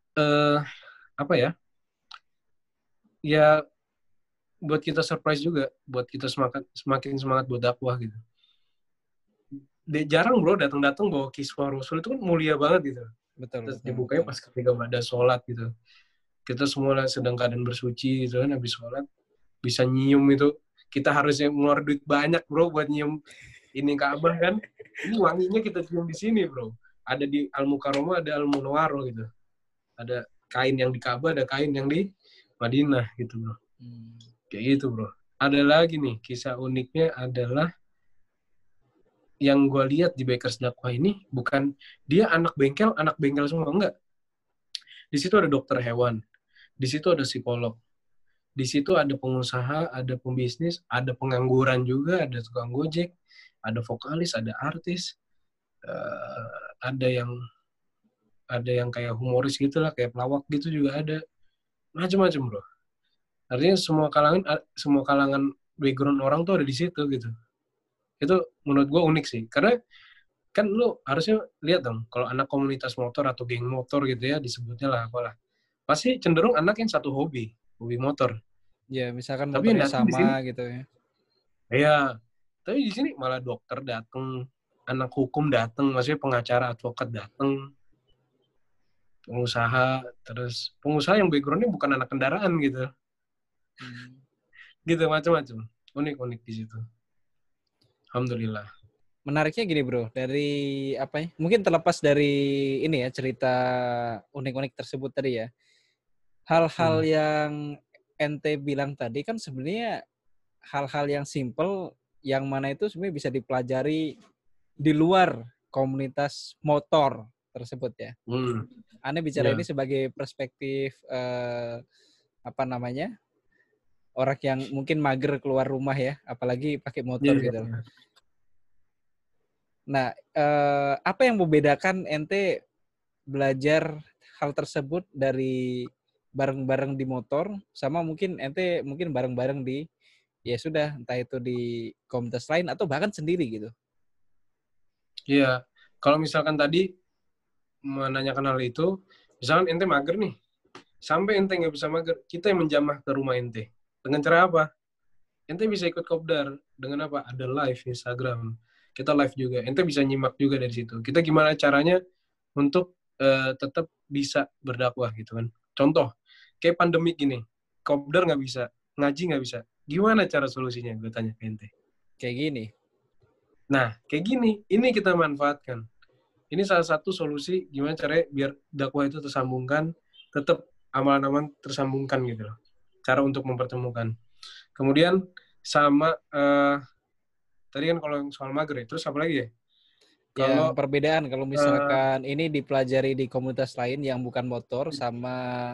ya buat kita surprise juga, buat kita semakin semangat buat dakwah gitu. Jarang, bro, datang bawa kiswah Rasul, itu kan mulia banget gitu. Terus dibukanya pas ketika ada sholat gitu. Kita semua sedang keadaan bersuci gitu kan, habis sholat bisa nyium itu. Kita harusnya ngeluar duit banyak, bro, buat nyium ini Ka'bah kan. Ini wanginya kita cium di sini, bro. Ada di Al-Mukarramah, ada Al-Munawwarah gitu. Ada kain yang di Ka'bah, ada kain yang di Madinah gitu, bro. Kayak gitu, bro. Ada lagi nih, kisah uniknya adalah yang gue lihat di Bikers dakwah ini, bukan dia anak bengkel semua, enggak. Di situ ada dokter hewan, di situ ada psikolog, di situ ada pengusaha, ada pembisnis, ada pengangguran juga, ada tukang gojek, ada vokalis, ada artis, ada yang kayak humoris gitulah, kayak pelawak gitu juga ada, macam-macam, bro. Artinya semua kalangan background orang tuh ada di situ gitu. Itu menurut gue unik sih, karena kan lu harusnya lihat dong, kalau anak komunitas motor atau geng motor gitu ya, disebutnya lah apalah, pasti cenderung anak yang satu hobi motor. Ya, misalkan motornya sama sini, gitu ya. Iya, tapi di sini malah dokter datang, anak hukum datang, maksudnya pengacara, advokat datang, pengusaha yang backgroundnya bukan anak kendaraan gitu. Gitu, macam-macam. Unik-unik di situ. Alhamdulillah. Menariknya gini, bro, dari apa ya? Mungkin terlepas dari ini ya, cerita unik-unik tersebut tadi ya. Hal-hal yang ente bilang tadi kan sebenarnya hal-hal yang simple, yang mana itu sebenarnya bisa dipelajari di luar komunitas motor tersebut ya. Ane bicara ini sebagai perspektif orang yang mungkin mager keluar rumah ya, apalagi pakai motor gitu. Nah, apa yang membedakan ente belajar hal tersebut dari bareng-bareng di motor sama mungkin ente bareng-bareng di ya sudah entah itu di komunitas lain atau bahkan sendiri gitu? Iya, kalau misalkan tadi menanyakan hal itu, misalkan ente mager nih, sampai ente nggak bisa mager, kita yang menjamah ke rumah ente. Dengan cara apa? Ente bisa ikut kopdar dengan apa? Ada live Instagram. Kita live juga. Ente bisa nyimak juga dari situ. Kita gimana caranya untuk tetap bisa berdakwah gitu kan. Contoh, kayak pandemi gini. Kopdar nggak bisa. Ngaji nggak bisa. Gimana cara solusinya? Gue tanya ke ente. Kayak gini. Nah, kayak gini. Ini kita manfaatkan. Ini salah satu solusi gimana caranya biar dakwah itu tersambungkan, tetap amalan-amalan tersambungkan gitu loh. Cara untuk mempertemukan. Kemudian sama tadi kan kalau soal mager, terus apa lagi ya? Kalau perbedaan kalau misalkan ini dipelajari di komunitas lain yang bukan motor sama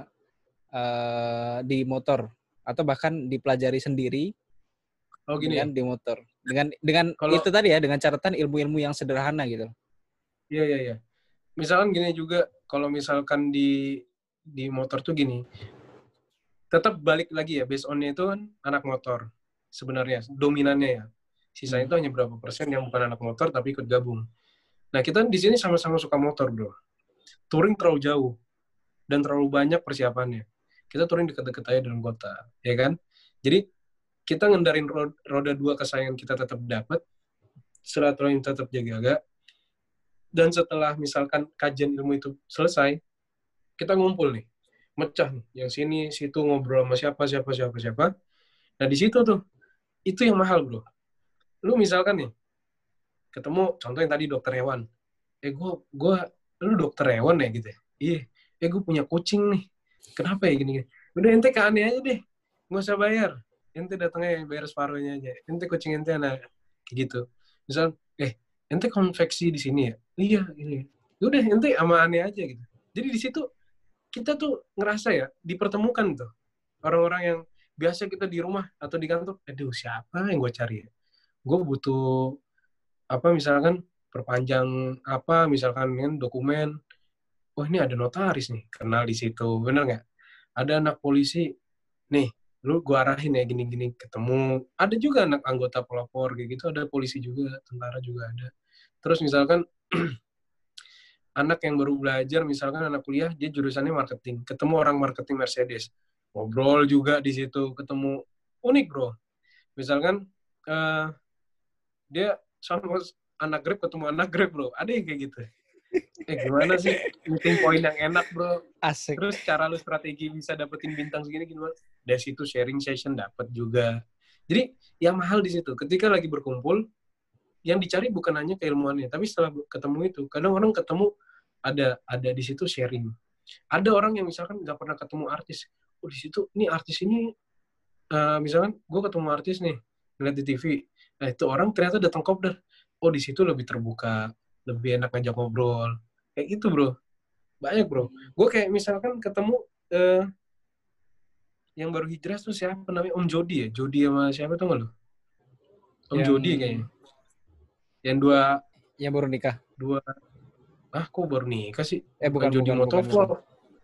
di motor atau bahkan dipelajari sendiri dengan di motor. Dengan kalau, itu tadi ya, dengan catatan ilmu-ilmu yang sederhana gitu. Iya. Misalkan gini juga, kalau misalkan di motor tuh gini, tetap balik lagi ya, based on-nya itu kan anak motor sebenarnya, dominannya ya. Sisanya itu hanya berapa persen yang bukan anak motor tapi ikut gabung. Nah, kita di sini sama-sama suka motor, bro. Touring terlalu jauh dan terlalu banyak persiapannya. Kita touring deket-deket aja dalam kota, ya kan? Jadi kita ngendarin roda 2 kesayangan kita tetap dapat, silaturahim tetap jaga, dan setelah misalkan kajian ilmu itu selesai, kita ngumpul nih, mecah nih, yang sini, situ ngobrol sama siapa. Nah di situ tuh, itu yang mahal, bro. Lu misalkan nih, ketemu, contoh yang tadi dokter hewan, lu dokter hewan ya gitu ya? Iya, gue punya kucing nih, kenapa ya gini-gini? Udah ente ke aneh aja deh, nggak usah bayar. Ente datangnya bayar separuhnya aja. Ente kucing ente anak kayak gitu. Misal, ente konveksi di sini ya? Iya, ini. Udah ente sama aneh aja gitu. Jadi di situ kita tuh ngerasa ya dipertemukan tuh orang-orang yang biasa kita di rumah atau di kantor. Aduh, siapa yang gue cari ya? Gue butuh apa misalkan perpanjang apa misalkan kan dokumen. Oh ini ada notaris nih, kenal di situ, bener nggak? Ada anak polisi, nih, lu gua arahin ya gini-gini ketemu. Ada juga anak anggota pelapor kayak gitu, ada polisi juga, tentara juga ada. Terus misalkan anak yang baru belajar, misalkan anak kuliah, dia jurusannya marketing, ketemu orang marketing Mercedes, ngobrol juga di situ, ketemu unik bro. Misalkan dia sama anak Grab ketemu anak Grab bro, ada yang kayak gitu. Gimana sih meeting point yang enak bro? Asik. Terus cara lu strategi bisa dapetin bintang segini gimana? Dari situ sharing session dapat juga. Jadi yang mahal di situ. Ketika lagi berkumpul, yang dicari bukan hanya keilmuannya, tapi setelah ketemu itu, kadang orang ketemu ada di situ sharing. Ada orang yang misalkan nggak pernah ketemu artis. Oh di situ, nih artis ini, misalkan gue ketemu artis nih, ngeliat di TV. Nah itu orang ternyata datang kopdar. Oh di situ lebih terbuka, lebih enak ngajak ngobrol. Kayak gitu bro. Banyak bro. Gue kayak misalkan ketemu yang baru hijrah tuh siapa namanya? Om Jody ya? Jody sama siapa tuh nggak lu? Om Jody kayaknya. Yang baru nikah. Kok baru nikah sih? Bukan Jody Motovlog.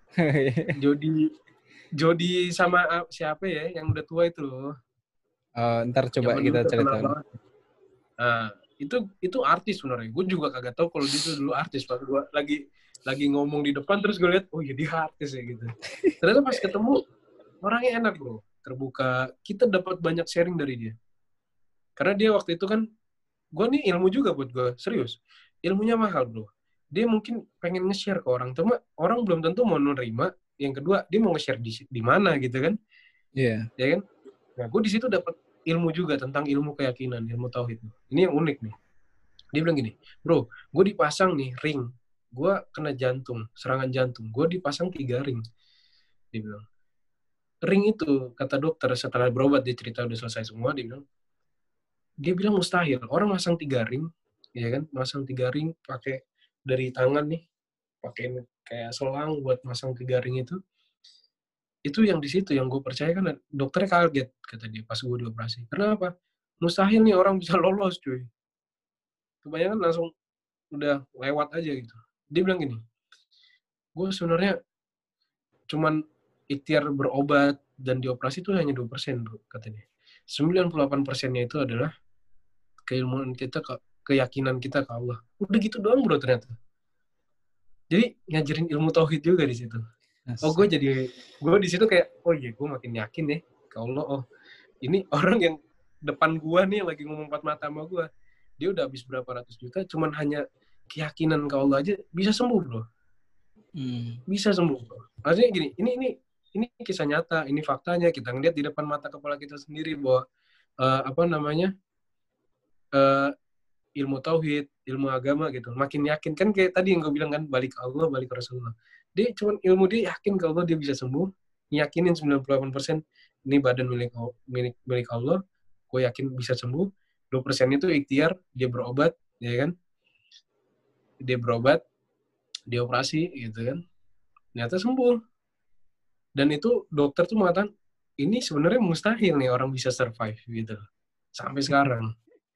Jody sama siapa ya yang udah tua itu loh. Ntar coba kita ceritain. Nah, itu artis sebenarnya. Gue juga kagak tahu kalau dia dulu artis. Pas gue lagi ngomong di depan terus gue lihat, oh iya dia artis ya gitu. Ternyata pas ketemu orangnya enak bro, terbuka. Kita dapat banyak sharing dari dia. Karena dia waktu itu kan, gue nih ilmu juga buat gue, serius. Ilmunya mahal bro. Dia mungkin pengen nge-share ke orang, cuma orang belum tentu mau nerima. Yang kedua, dia mau nge-share di mana gitu kan? Iya. Yeah. Ya kan? Nah, gue di situ dapat ilmu juga tentang ilmu keyakinan, ilmu tauhid. Ini yang unik nih. Dia bilang gini, bro, gue dipasang nih ring, gue kena jantung, serangan jantung, gue dipasang 3 ring. Dia bilang, ring itu kata dokter setelah berobat dia cerita udah selesai semua, dia bilang mustahil. Orang masang 3 ring, ya kan, masang 3 ring pakai dari tangan nih, pakai kayak selang buat masang 3 ring itu yang di situ yang gue percaya kan dokternya kaget kata dia pas gue dioperasi. Kenapa? Mustahil nih orang bisa lolos cuy. Kebanyakan langsung udah lewat aja gitu. Dia bilang gini, gue sebenarnya cuman ikhtiar berobat dan dioperasi itu hanya 2% bro katanya. 98%-nya itu adalah keilmuan kita, keyakinan kita ke Allah. Udah gitu doang bro ternyata. Jadi ngajarin ilmu tauhid juga di situ. Oh gue di situ kayak oh iya gue makin yakin ya ke Allah. Oh ini orang yang depan gue nih lagi ngomong 4 mata sama gue, dia udah habis berapa ratus juta cuman hanya keyakinan ke Allah aja bisa sembuh bro. Bisa sembuh bro. Maksudnya gini, ini kisah nyata, ini faktanya, kita ngeliat di depan mata kepala kita sendiri bahwa ilmu tauhid, ilmu agama gitu, makin yakin kan kayak tadi yang gue bilang kan balik ke Allah, balik ke Rasulullah. Dia cuman ilmu dia yakin ke Allah dia bisa sembuh, yakinin 98% ini badan milik Allah, gue yakin bisa sembuh, 2% itu ikhtiar, dia berobat, ya kan? Dia berobat, dia operasi gitu kan. Ternyata sembuh. Dan itu dokter tuh mengatakan ini sebenarnya mustahil nih orang bisa survive gitu. Sampai sekarang.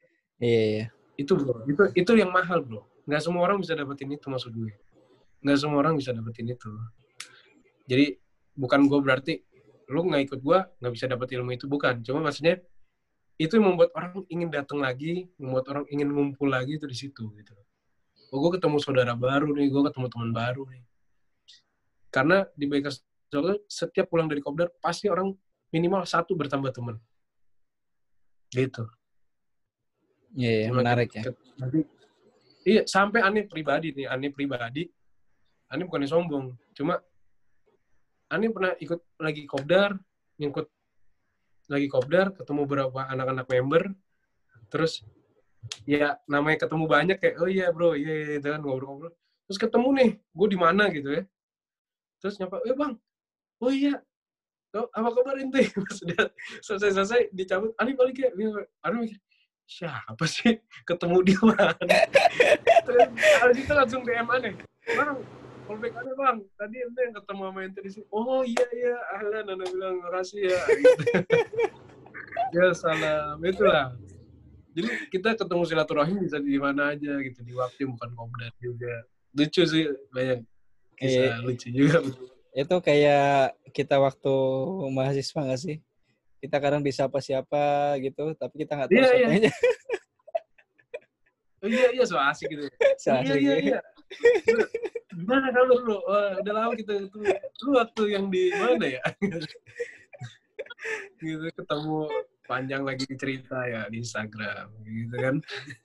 Iya. Itu bro, itu yang mahal bro. Nggak semua orang bisa dapetin itu, maksud gue. Nggak semua orang bisa dapetin itu. Jadi bukan gue berarti lu nggak ikut gue nggak bisa dapet ilmu itu, bukan. Cuma maksudnya itu yang membuat orang ingin datang lagi, membuat orang ingin ngumpul lagi itu di situ gitu. Oh, gue ketemu saudara baru nih, gue ketemu teman baru nih. Karena di Bikers Dakwah setiap pulang dari kopdar pasti orang minimal satu bertambah teman. Gitu. Iya, menarik ya. Iya, sampai Ani pribadi, Ani bukannya sombong, cuma Ani pernah ikut lagi kopdar, ngikut lagi kopdar, ketemu beberapa anak-anak member, terus ya namanya ketemu banyak kayak, oh iya bro, iya itu kan ngobrol-ngobrol, terus ketemu nih, gue di mana gitu ya, terus nyapa, bang, oh iya, apa kabar ente? Sudah selesai dicabut, Ani balik ya, Ani mikir, siapa sih ketemu dia mana? Terus habis itu langsung DM aneh, bang, callback aneh bang, tadi ente yang ketemu sama ente di sini. Oh iya, ahlan, Anda bilang makasih ya. Gitu. Ya salam, itulah. Jadi kita ketemu silaturahim bisa di mana aja gitu, di waktu bukan kopdar juga. Lucu sih, banyak kisah lucu juga. Itu kayak kita waktu mahasiswa nggak sih? Kita kadang disapa siapa gitu, tapi kita nggak tahu siapanya. Oh iya, so asik gitu. So asik iya. Gimana kabar bro? Udah lama kita ketemu. Lu waktu yang di mana ya? Gitu ketemu panjang lagi cerita ya di Instagram gitu kan.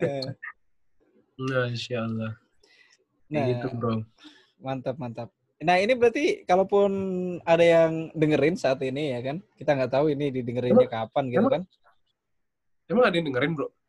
Nah, insyaallah. Nah, gitu bro. Mantap. Nah ini berarti kalaupun ada yang dengerin saat ini ya kan, kita nggak tahu ini didengerinnya kapan gitu kan. Emang ada yang dengerin bro?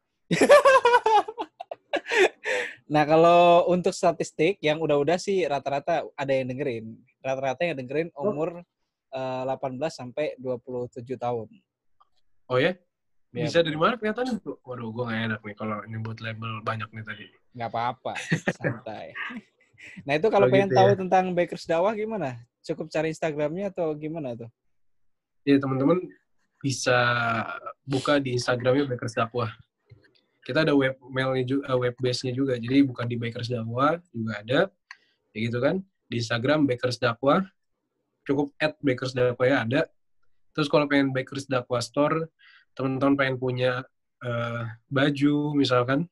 Nah kalau untuk statistik yang udah sih rata-rata ada yang dengerin. Rata-rata yang dengerin umur 18 sampai 27 tahun. Oh ya? Bisa dari mana kelihatannya bro? Waduh, gue gak enak nih kalau nyebut label banyak nih tadi. Nggak apa-apa, santai. Nah itu kalau pengen tahu tentang Bikers Dakwah gimana? Cukup cari Instagramnya atau gimana tuh? Ya teman-teman bisa buka di Instagramnya Bikers Dakwah. Kita ada webmailnya juga, web base-nya juga. Jadi bukan di Bikers Dakwah juga ada, ya gitu kan? Di Instagram Bikers Dakwah, cukup @Bikers Dakwah ya ada. Terus kalau pengen Bikers Dakwah Store, teman-teman pengen punya baju misalkan,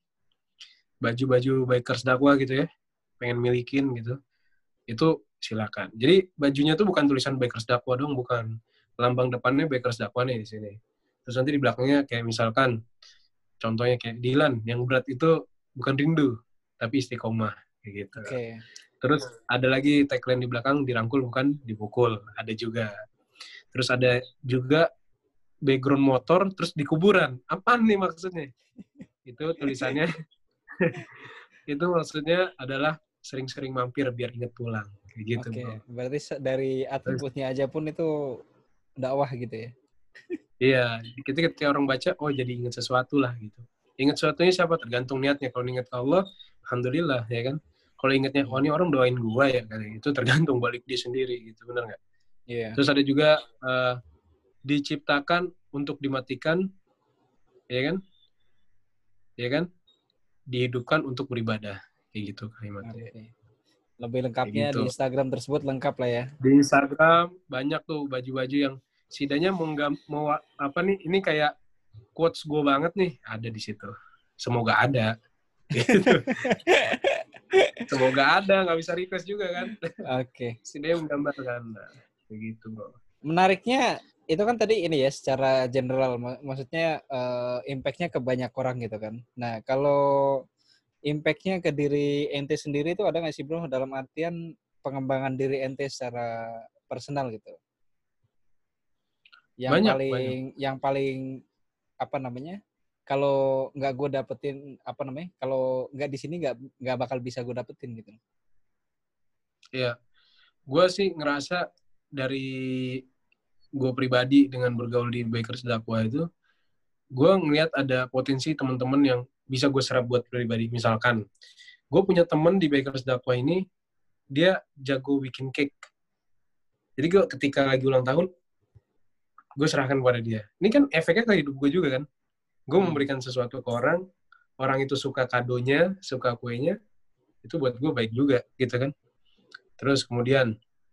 baju Bikers Dakwah gitu ya, pengen milikin gitu, itu silakan. Jadi bajunya tuh bukan tulisan Bikers Dakwah dong, bukan. Lambang depannya Bikers Dakwah nih di sini. Terus nanti di belakangnya kayak misalkan, contohnya kayak Dilan, yang berat itu bukan rindu, tapi istiqomah kayak gitu. Okay. Terus ada lagi tagline di belakang, dirangkul bukan dipukul, ada juga. Terus ada juga background motor, terus di kuburan. Apaan nih maksudnya? Itu tulisannya, itu maksudnya adalah sering-sering mampir biar ingat pulang. Kayak gitu. Oke, berarti dari atributnya aja pun itu dakwah gitu ya? Iya, ketika orang baca, oh jadi ingat sesuatu lah gitu. Ingat sesuatunya siapa? Tergantung niatnya. Kalau ingat Allah, alhamdulillah ya kan. Kalau ingatnya, oh ini orang doain gua ya, kayak itu tergantung balik dia sendiri gitu, benar nggak? Iya. Terus ada juga diciptakan untuk dimatikan, ya kan? Ya kan? Dihidupkan untuk beribadah, kayak gitu kalimatnya. Okay. Lebih lengkapnya gitu. Di Instagram tersebut lengkap lah ya. Di Instagram banyak tuh baju-baju yang setidaknya mau apa nih? Ini kayak quotes gue banget nih, ada di situ. Semoga ada. Gitu. Semoga ada, nggak bisa request juga kan. Oke. Setidaknya menggambarkan, begitu bro. Menariknya itu kan tadi ini ya secara general, maksudnya impact-nya ke banyak orang gitu kan. Nah kalau impact-nya ke diri ente sendiri itu ada nggak sih bro, dalam artian pengembangan diri ente secara personal gitu? Yang paling apa namanya? Kalau nggak gue dapetin apa namanya? Kalau nggak di sini nggak bakal bisa gue dapetin gitu. Iya, gue sih ngerasa dari gue pribadi dengan bergaul di Bikers Dakwah itu, gue ngeliat ada potensi teman-teman yang bisa gue serap buat pribadi. Misalkan, gue punya teman di Bikers Dakwah ini, dia jago bikin cake. Jadi gue ketika lagi ulang tahun, gue serahkan kepada dia. Ini kan efeknya ke hidup gue juga kan. Gue memberikan sesuatu ke orang, orang itu suka kadonya, suka kuenya, itu buat gue baik juga gitu kan. Terus kemudian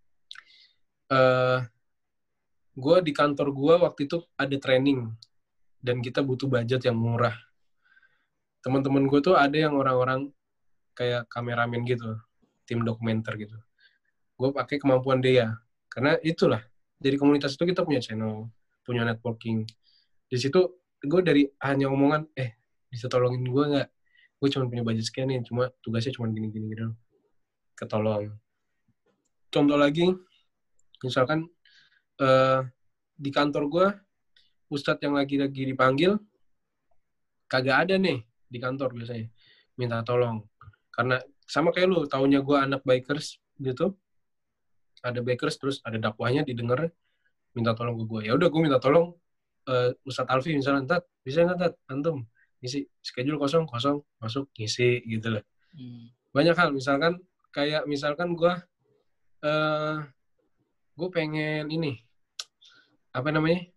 gue di kantor gue waktu itu ada training dan kita butuh budget yang murah. Teman-teman gue tuh ada yang orang-orang kayak kameramen gitu, tim dokumenter gitu. Gue pakai kemampuan dia, karena itulah dari komunitas itu kita punya channel, punya networking. Di situ gue dari hanya omongan, bisa tolongin gue nggak? Gue cuma punya budget sekian nih, cuma tugasnya cuma gini-gini gitu, ketolong. Contoh lagi, misalkan di kantor gue, ustadz yang lagi dipanggil, kagak ada nih di kantor biasanya, minta tolong. Karena sama kayak lu, taunya gue anak bikers gitu, ada bikers terus ada dakwahnya didengar, minta tolong ke gue. Ya udah gue minta tolong Ustadz Alfi misalnya, Tat, bisa nggak Tat, antum ngisi schedule kosong masuk ngisi gitu lah. Banyak hal, misalkan gue pengen ini apa namanya,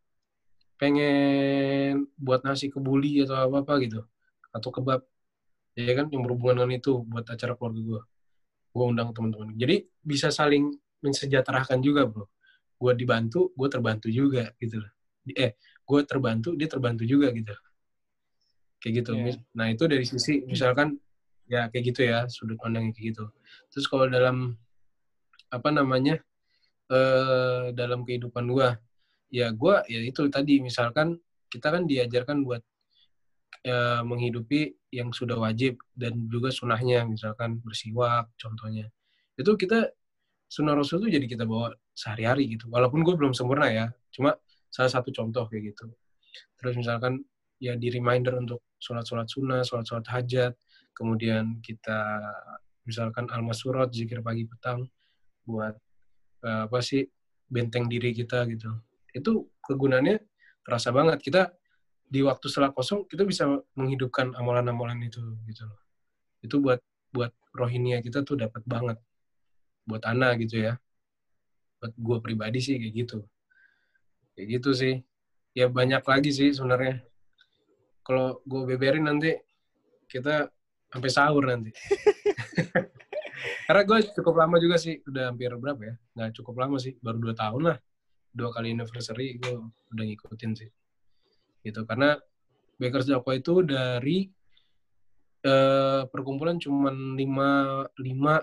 pengen buat nasi kebuli atau apa gitu, atau kebab, ya kan, yang berhubungan dengan itu buat acara keluarga gue undang teman-teman. Jadi bisa saling mensejahterakan juga bro. Gue dibantu, gue terbantu juga gitu loh. Gue terbantu, dia terbantu juga gitu. Kayak gitu. Yeah. Nah itu dari sisi misalkan ya kayak gitu ya, sudut pandangnya kayak gitu. Terus kalau dalam dalam kehidupan gue ya itu tadi, misalkan kita kan diajarkan buat menghidupi yang sudah wajib dan juga sunahnya, misalkan bersiwak contohnya. Itu kita sunnah Rasul itu jadi kita bawa sehari-hari gitu. Walaupun gue belum sempurna ya, cuma salah satu contoh kayak gitu. Terus misalkan ya di reminder untuk sholat-sholat sunnah, sholat-sholat hajat, kemudian kita misalkan al-masurat, zikir pagi petang, buat benteng diri kita gitu. Itu kegunaannya terasa banget. Kita di waktu setelah kosong kita bisa menghidupkan amalan-amalan itu gitu loh. Itu buat rohiniah kita tuh dapat banget. Buat Ana gitu ya. Buat gue pribadi sih kayak gitu. Kayak gitu sih. Ya banyak lagi sih sebenarnya. Kalau gue beberin nanti kita sampai sahur nanti. Karena gue cukup lama juga sih. Udah hampir berapa ya? Nggak cukup lama sih. Baru 2 tahun lah. 2 kali anniversary gue udah ngikutin sih. Gitu. Karena Bakers Dakwah itu dari perkumpulan cuma 5, 10,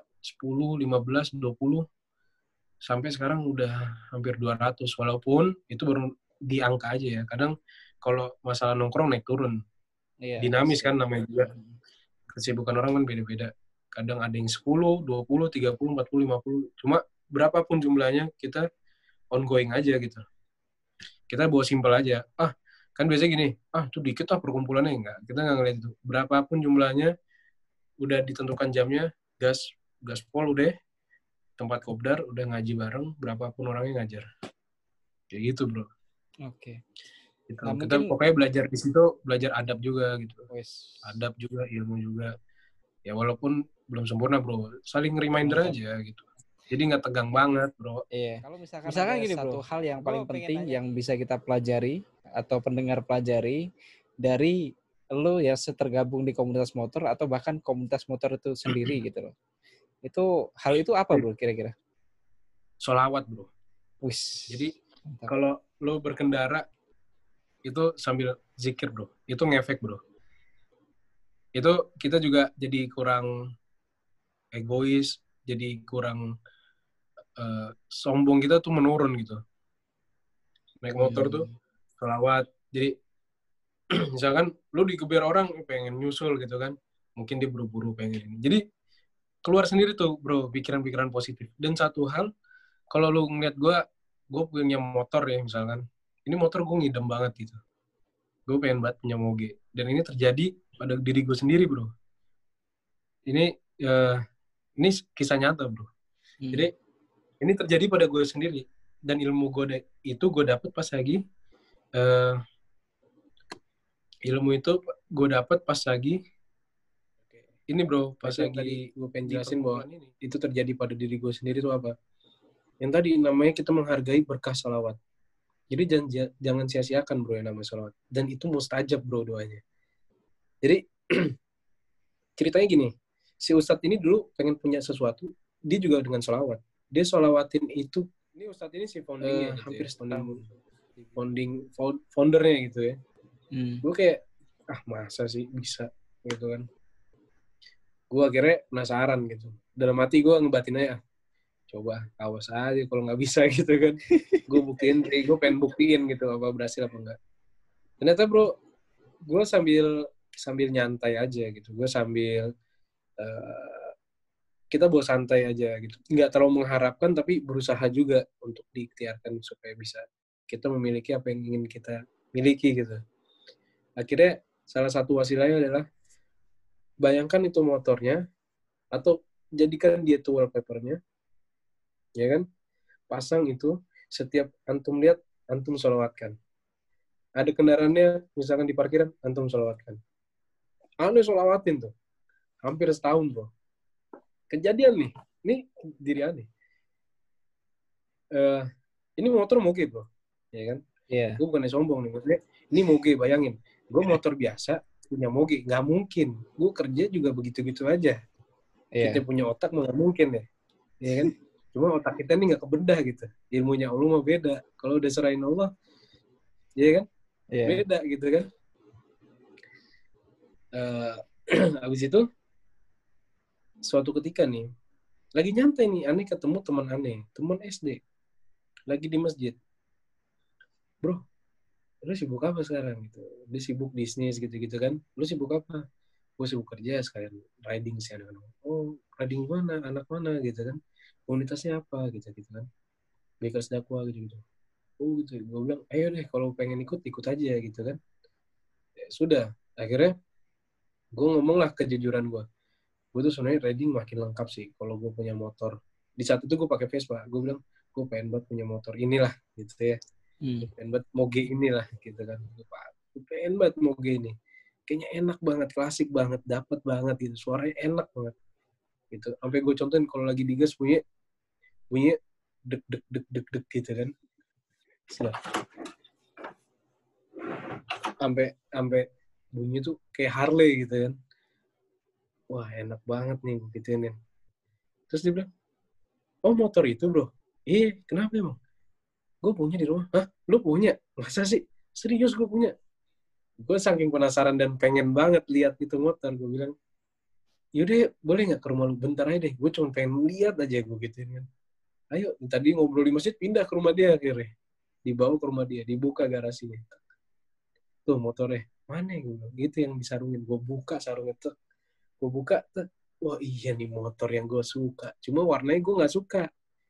15, 20 sampai sekarang udah hampir 200, walaupun itu baru di angka aja ya. Kadang kalau masalah nongkrong naik turun. Iya, dinamis kan namanya juga. Kesibukan orang kan beda-beda. Kadang ada yang 10, 20, 30, 40, 50. Cuma berapapun jumlahnya kita ongoing aja gitu. Kita bawa simpel aja. Kan biasanya gini, itu dikit perkumpulannya. Enggak. Kita nggak ngeliat itu. Berapapun jumlahnya, udah ditentukan jamnya, gas pol udah, tempat kopdar, udah ngaji bareng, berapapun orangnya ngajar. Kayak gitu bro. Oke. Gitu. Nah, kita pokoknya belajar di situ, belajar adab juga gitu. Adab juga, ilmu juga. Ya walaupun belum sempurna bro, saling reminder aja gitu. Jadi nggak tegang banget bro. Iya. Kalau misalkan gini bro, satu hal yang paling penting yang bisa kita pelajari atau pendengar pelajari dari lo ya setergabung di komunitas motor atau bahkan komunitas motor itu sendiri gitu loh. Hal itu apa bro kira-kira? Sholawat bro. Jadi kalau lo berkendara itu sambil zikir bro, itu ngefek bro. Itu kita juga jadi kurang egois, jadi kurang sombong, kita tuh menurun gitu. Naik motor tuh sholawat. Jadi misalkan lu dikejar orang pengen nyusul gitu kan, mungkin dia buru-buru pengen ini. Jadi keluar sendiri tuh bro pikiran-pikiran positif. Dan satu hal, kalau lu ngeliat gue punya motor ya misalkan, ini motor gue ngidam banget gitu. Gue pengen banget punya moge. Dan ini terjadi pada diri gue sendiri bro. Ini kisah nyata bro. Jadi ini terjadi pada gue sendiri. Dan ilmu gue itu gue dapet pas lagi ini bro, pas lagi gue pengen jelasin bahwa itu terjadi pada diri gue sendiri itu apa. Yang tadi namanya kita menghargai berkah sholawat. Jadi jangan sia-siakan bro yang namanya sholawat. Dan itu mustajab bro doanya. Jadi ceritanya gini, si Ustadz ini dulu pengen punya sesuatu, dia juga dengan sholawat. Dia sholawatin itu, ini Ustadz ini si foundingnya, hampir setahun. Foundernya gitu ya. Gue kayak, masa sih bisa gitu kan. Gue akhirnya penasaran gitu. Dalam hati gue ngebatin aja, coba awas aja kalau nggak bisa gitu kan. Gue pengen buktiin gitu apa berhasil apa enggak. Ternyata bro, gue sambil nyantai aja gitu. Gue sambil kita bawa santai aja gitu. Nggak terlalu mengharapkan, tapi berusaha juga untuk diikhtiarkan supaya bisa kita memiliki apa yang ingin kita miliki gitu. Akhirnya salah satu wasilahnya adalah bayangkan itu motornya atau jadikan dia itu wallpapernya, ya kan? Pasang itu, setiap antum lihat, antum sholawatkan. Ada kendaraannya, misalkan di parkiran, antum sholawatkan. Aneh sholawatin tuh. Hampir setahun, bro. Kejadian nih. Ini diri aneh. Ini motor moge, bro. Ya kan? Iya. Gue bukannya sombong nih. Maksudnya, ini moge, bayangin. Gue motor biasa, punya moge. Nggak mungkin. Gue kerja juga begitu-gitu aja. Kita punya otak, nggak mungkin ya. Ya kan? Cuma otak kita nih nggak kebedah gitu. Ilmunya Allah mah beda. Kalau udah serahin Allah, ya kan? Beda gitu kan. Habis itu, suatu ketika nih, lagi nyantai nih, aneh ketemu teman aneh, teman SD. Lagi di masjid. Bro, lu sibuk apa sekarang? Gitu. Dia sibuk bisnis gitu-gitu kan. Lu sibuk apa? Gue sibuk kerja sekalian riding sih. Oh, riding mana? Anak mana? Gitu kan. Komunitasnya apa? Gitu-gitu kan. Bakers dakwah gitu-gitu. Oh gitu. Gue bilang, ayo deh kalau pengen ikut aja gitu kan. Ya, sudah. Akhirnya gue ngomong lah kejujuran gue. Gue tuh sebenarnya riding makin lengkap sih kalau gue punya motor. Di saat itu gue pakai Vespa. Gue bilang, gue pengen banget punya motor inilah gitu ya. Pengen banget moge inilah gitu kan. Gue pengen banget moge ini. Kayaknya enak banget, klasik banget, dapet banget gitu. Suaranya enak banget. Gitu. Sampai gue contohin kalau lagi digas bunyi dek dek dek dek dek gitu kan. Sampai bunyi tuh kayak Harley gitu kan. Wah, enak banget nih gue gituin. Terus dia bilang, oh motor itu bro? Iya, kenapa emang? Gue punya di rumah. Hah? Lu punya? Masa sih? Serius gue punya? Gue saking penasaran dan pengen banget lihat itu motor. Gue bilang, yaudah boleh nggak ke rumah lu? Bentar aja deh. Gue cuma pengen lihat aja gue gituin kan. Ayo, tadi ngobrol di masjid, pindah ke rumah dia akhirnya. Dibawa ke rumah dia, dibuka garasinya. Tuh motornya. Mana gue bilang, gitu yang disarungin. Gue buka sarungnya tuh. Gue buka tuh. Wah iya nih motor yang gue suka. Cuma warnanya gue nggak suka.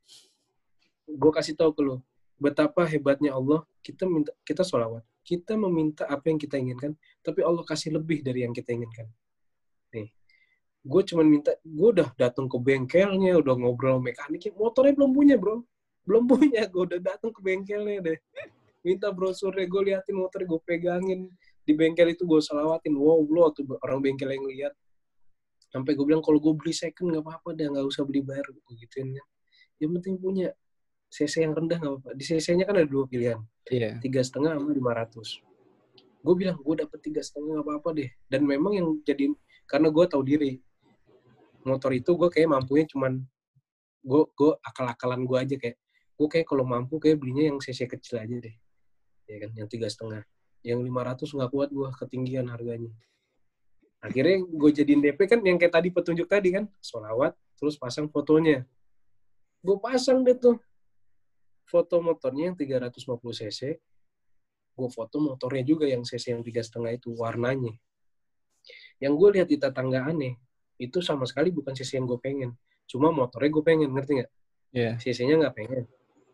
Gue kasih tahu ke lo, betapa hebatnya Allah. Kita sholawat, kita meminta apa yang kita inginkan, tapi Allah kasih lebih dari yang kita inginkan. Nih, gue cuma minta, gue udah datang ke bengkelnya, udah ngobrol mekaniknya, motornya belum punya bro, belum punya. Gue udah datang ke bengkelnya deh, minta brosurnya, gue liatin motornya, gue pegangin di bengkel itu, gue selawatin. Wow lo tuh orang bengkel yang lihat. Sampai gue bilang kalau gue beli second nggak apa-apa deh, nggak usah beli baru, gituin kan. Yang penting punya CC yang rendah nggak apa-apa. Di CC-nya kan ada 2 pilihan, 3,5 sama 500. Gue bilang gue dapet 3,5 nggak apa-apa deh. Dan memang yang jadi, karena gue tahu diri, motor itu gue kayak mampunya cuman gue akal-akalan gue aja, kayak gue kayak kalau mampu kayak belinya yang CC kecil aja deh, ya kan, yang 3,5. Yang 500 nggak kuat gue, ketinggian harganya. Akhirnya gue jadiin DP kan yang kayak tadi petunjuk tadi kan, sholawat, terus pasang fotonya. Gue pasang deh tuh foto motornya yang 350 cc, gue foto motornya juga yang cc yang 3,5 itu, warnanya. Yang gue lihat di tetangga aneh, itu sama sekali bukan cc yang gue pengen. Cuma motornya gue pengen, ngerti nggak? Yeah. cc-nya nggak pengen.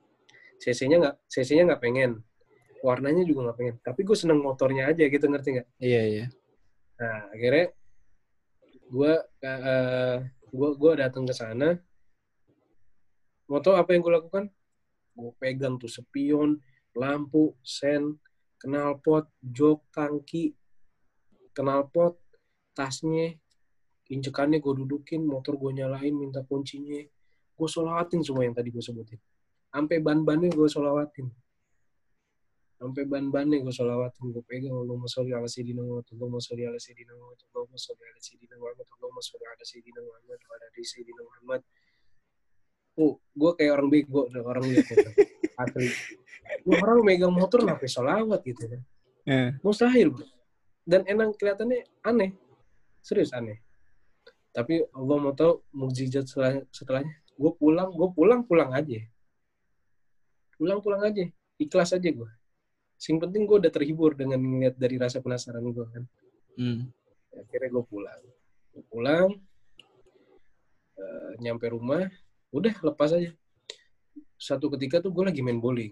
cc-nya nggak pengen. Warnanya juga nggak pengen. Tapi gue seneng motornya aja gitu, ngerti nggak? Iya, iya. Nah, akhirnya gue datang ke sana. Mau tau apa yang gue lakukan? Gue pegang tuh spion, lampu, sen, knalpot, jok, tangki, knalpot, tasnya, injekannya gue dudukin, motor gue nyalain, minta kuncinya. Gue sholawatin semua yang tadi gue sebutin. Sampai ban-bannya gue sholawatin. sampai ban-bannya gue sholawatin, gue pegang, Allahumma sholli ala sayyidina Muhammad, Allahumma sholli ala sayyidina Muhammad, Allahumma sholli ala sayyidina Muhammad, Allahumma sholli ala sayyidina Muhammad, wa ala ali sayyidina Muhammad. Gue kayak orang bego, orang lihat motor. Asli. Gue orang megang motor sampai sholawat gitu kan. Mustahil, bro. Dan emang kelihatannya aneh. Serius aneh. Tapi Allah mau tahu mukjizat setelahnya. Gue pulang aja. Pulang aja. Ikhlas aja gue. Yang penting gue udah terhibur dengan ngeliat dari rasa penasaran gue kan. Akhirnya gue pulang. Nyampe rumah, udah lepas aja. Satu ketika tuh gue lagi main bowling.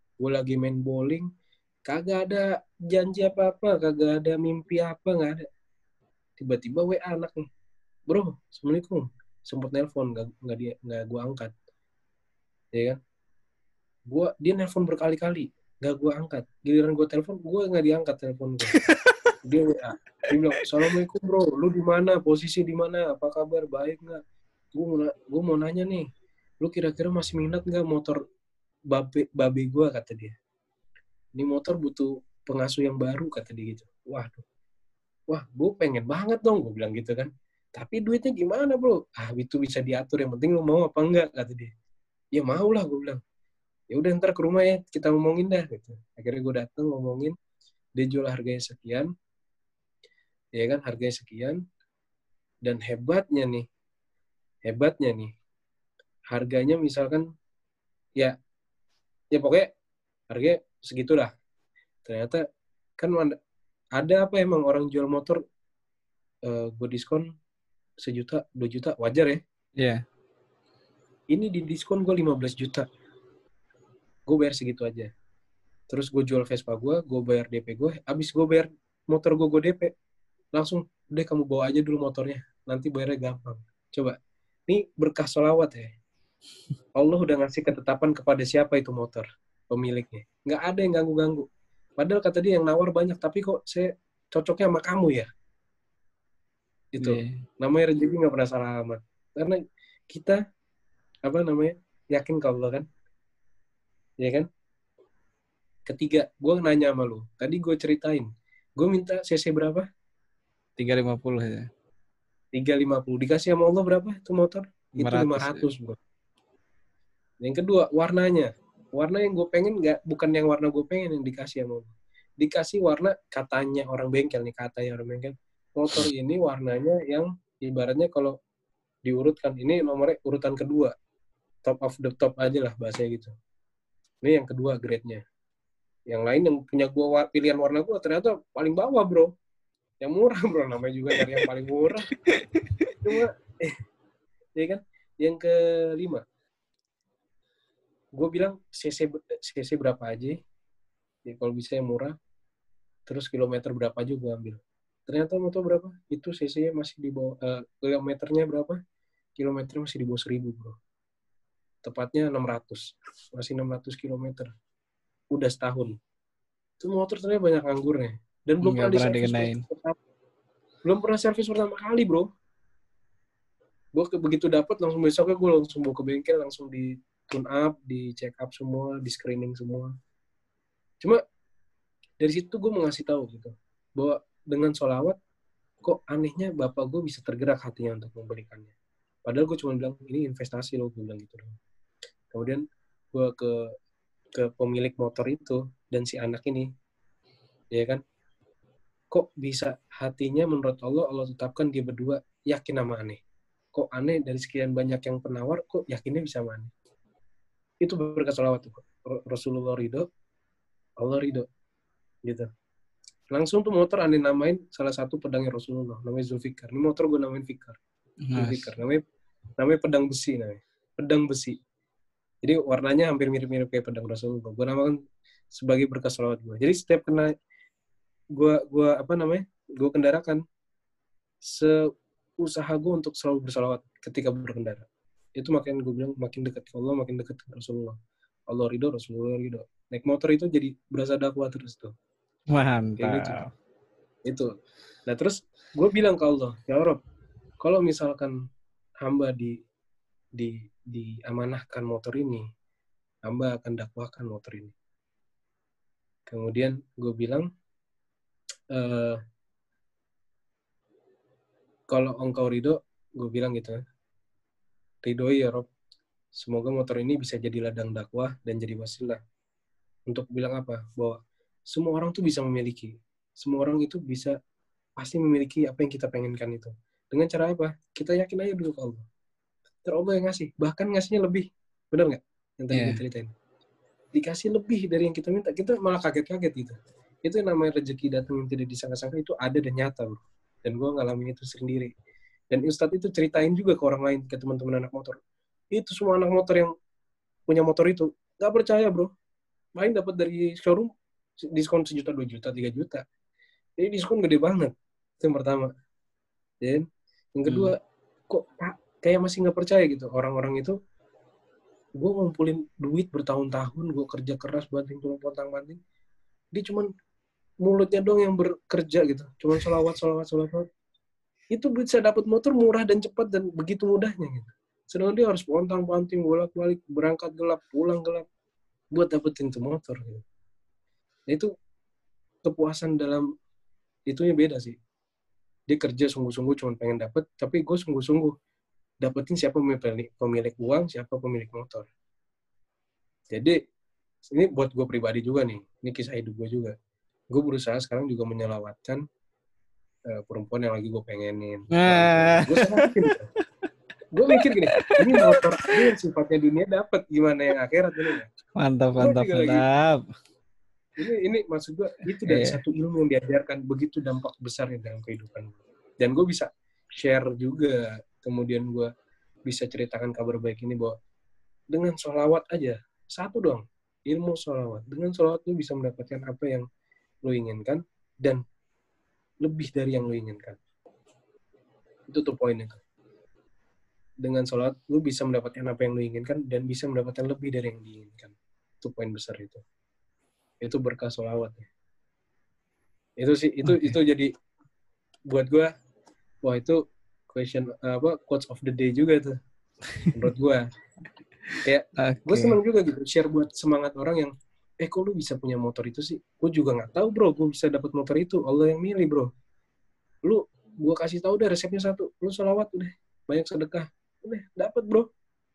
Kagak ada janji apa-apa, kagak ada mimpi apa, nggak ada. Tiba-tiba WA anak nih. Bro, Assalamualaikum. Sempet nelpon, nggak gue angkat. Ya kan? Dia nelpon berkali-kali, nggak gue angkat. Giliran gue telepon, gue nggak diangkat telepon gue. Dia WA. Dia bilang, Assalamualaikum bro, lu di mana? Posisi di mana? Apa kabar? Baik nggak? Gue mau nanya nih, lu kira-kira masih minat nggak motor babe gue, kata dia. Ini motor butuh pengasuh yang baru, kata dia gitu. Wah, gue pengen banget dong, gue bilang gitu kan. Tapi duitnya gimana bro? Itu bisa diatur, yang penting lu mau apa enggak, kata dia. Ya mau lah, gue bilang. Ya udah ntar ke rumah ya, kita ngomongin dah gitu. Akhirnya gue datang ngomongin, dia jual harganya sekian, ya kan, harganya sekian. Dan hebatnya nih, harganya misalkan, ya pokoknya harganya segitulah. Ternyata kan ada apa emang orang jual motor gue diskon 1 juta, 2 juta, wajar ya? Iya. Ini di diskon gue 15 juta. Gue bayar segitu aja. Terus gue jual Vespa gue bayar DP gue. Abis gue bayar motor gue DP. Langsung, udah kamu bawa aja dulu motornya. Nanti bayarnya gampang. Coba. Ini berkah sholawat ya. Allah udah ngasih ketetapan kepada siapa itu motor. Pemiliknya. Nggak ada yang ganggu-ganggu. Padahal kata dia yang nawar banyak. Tapi kok saya cocoknya sama kamu ya? Itu. Namanya rezeki nggak pernah salah alamat. Karena kita, yakin ke Allah kan? Ya kan? Ketiga, gue nanya sama lu. Tadi gue ceritain. Gue minta CC berapa? 350 ya. 350. Dikasih sama Allah berapa itu motor? 500, itu 500 bro. Yang kedua, warnanya. Warna yang gue pengen bukan yang warna gue pengen yang dikasih sama Allah. Dikasih warna katanya orang bengkel nih, motor ini warnanya yang ibaratnya kalau diurutkan, ini nomornya urutan kedua. Top of the top aja lah bahasanya gitu. Ini yang kedua grade-nya. Yang lain yang punya gue pilihan warna gue ternyata paling bawah bro. Yang murah bro, namanya juga dari yang paling murah. Cuma, ya kan? Yang kelima, gue bilang CC berapa aja, ya kalau bisa yang murah, terus kilometer berapa aja gue ambil. Ternyata motor berapa? Itu CC-nya masih di bawah, kilometernya berapa? Kilometernya masih di bawah 1.000 bro. Tepatnya 600. Masih 600 kilometer. Udah setahun. Itu motor ternyata banyak anggurnya. Dan belum pernah diservis. Belum pernah servis pertama kali bro. Gue begitu dapet langsung besoknya gue langsung bawa ke bengkel, langsung di tune up, di check up semua, di screening semua. Cuma dari situ gue mau ngasih tahu gitu bahwa dengan sholawat kok anehnya bapak gue bisa tergerak hatinya untuk membelikannya. Padahal gue cuma bilang ini investasi loh, gue bilang gitu. Kemudian gue ke pemilik motor itu dan si anak ini, ya kan, kok bisa hatinya menurut Allah tetapkan dia berdua yakin sama aneh. Kok aneh dari sekian banyak yang penawar, kok yakinnya bisa sama aneh. Itu berkat sholawat tuh. Rasulullah ridho, Allah ridho. Gitu. Langsung tuh motor aneh namain salah satu pedangnya Rasulullah, namanya Zulfikar. Ini motor gue namain Fikar. Zulfikar. Namanya pedang besi namanya. Pedang besi. Jadi warnanya hampir mirip-mirip kayak pedang Rasulullah. Gue namakan sebagai berkah sholawat gue. Jadi setiap kena gue kendarakan, seusaha gue untuk selalu bersalawat ketika berkendara. Itu makanya gue bilang makin dekat ke Allah, makin dekat ke Rasulullah. Allah ridho, Rasulullah ridho. Naik motor itu jadi berasa dakwah terus tuh. Mantap. Itu. Nah terus gue bilang ke Allah, ya Rob, kalau misalkan hamba diamanahkan motor ini, hamba akan dakwahkan motor ini. Kemudian gue bilang, kalau engkau ridho, gue bilang gitu, ridhoi ya Rob, semoga motor ini bisa jadi ladang dakwah dan jadi wasilah. Untuk bilang apa? Bahwa semua orang tuh bisa memiliki. Semua orang itu bisa pasti memiliki apa yang kita pengenkan itu. Dengan cara apa? Kita yakin aja dulu ke Allah. Terus Allah yang ngasih. Bahkan ngasihnya lebih. Benar nggak? Yang tadi gue ceritain. Dikasih lebih dari yang kita minta. Kita malah kaget-kaget gitu. Itu yang namanya rezeki datang yang tidak disangka-sangka itu ada dan nyata, bro. Dan gue ngalamin itu sendiri. Dan Ustadz itu ceritain juga ke orang lain, ke teman-teman anak motor. Itu semua anak motor yang punya motor itu. Gak percaya, bro. Main dapat dari showroom diskon 1 juta, 2 juta, 3 juta. Jadi diskon gede banget. Itu yang pertama. Dan yang kedua, kok kayak masih nggak percaya gitu. Orang-orang itu, gue ngumpulin duit bertahun-tahun, gue kerja keras, banting tulang pontang-panting. Dia cuman mulutnya doang yang bekerja gitu. Cuman sholawat. Itu bisa dapat motor murah dan cepat dan begitu mudahnya gitu. Sedangkan dia harus pontang-panting, bolak-balik, berangkat gelap, pulang gelap, buat dapetin tuh motor gitu. Nah, itu kepuasan dalam itunya beda sih. Dia kerja sungguh-sungguh cuma pengen dapet, tapi gue sungguh-sungguh dapetin siapa pemilik uang, siapa pemilik motor. Jadi ini buat gue pribadi juga nih, ini kisah hidup gue juga. Gue berusaha sekarang juga menyelawatkan perempuan yang lagi gue pengenin. Gue mikir gini, ini motor ini yang sifatnya dunia dapat, gimana yang akhirat ini ya? Mantap. Ini maksud gue itu dari satu ilmu yang diajarkan, begitu dampak besarnya dalam kehidupan. Dan gue bisa share juga, kemudian gue bisa ceritakan kabar baik ini bahwa dengan sholawat aja, satu dong, ilmu sholawat. Dengan sholawat lu bisa mendapatkan apa yang lu inginkan dan lebih dari yang lu inginkan. Itu tuh poinnya. Dengan sholawat lu bisa mendapatkan apa yang lu inginkan dan bisa mendapatkan lebih dari yang diinginkan. Itu poin besar itu. Itu berkah sholawat. Itu sih itu jadi buat gue, wah itu quotes of the day juga tuh menurut gue. Kayak gue seneng juga gitu share buat semangat orang yang kok lu bisa punya motor itu sih? Gue juga nggak tahu bro, gue bisa dapat motor itu, Allah yang milih bro. Lu gue kasih tahu deh resepnya satu, lu sholawat udah, banyak sedekah, udah dapat bro.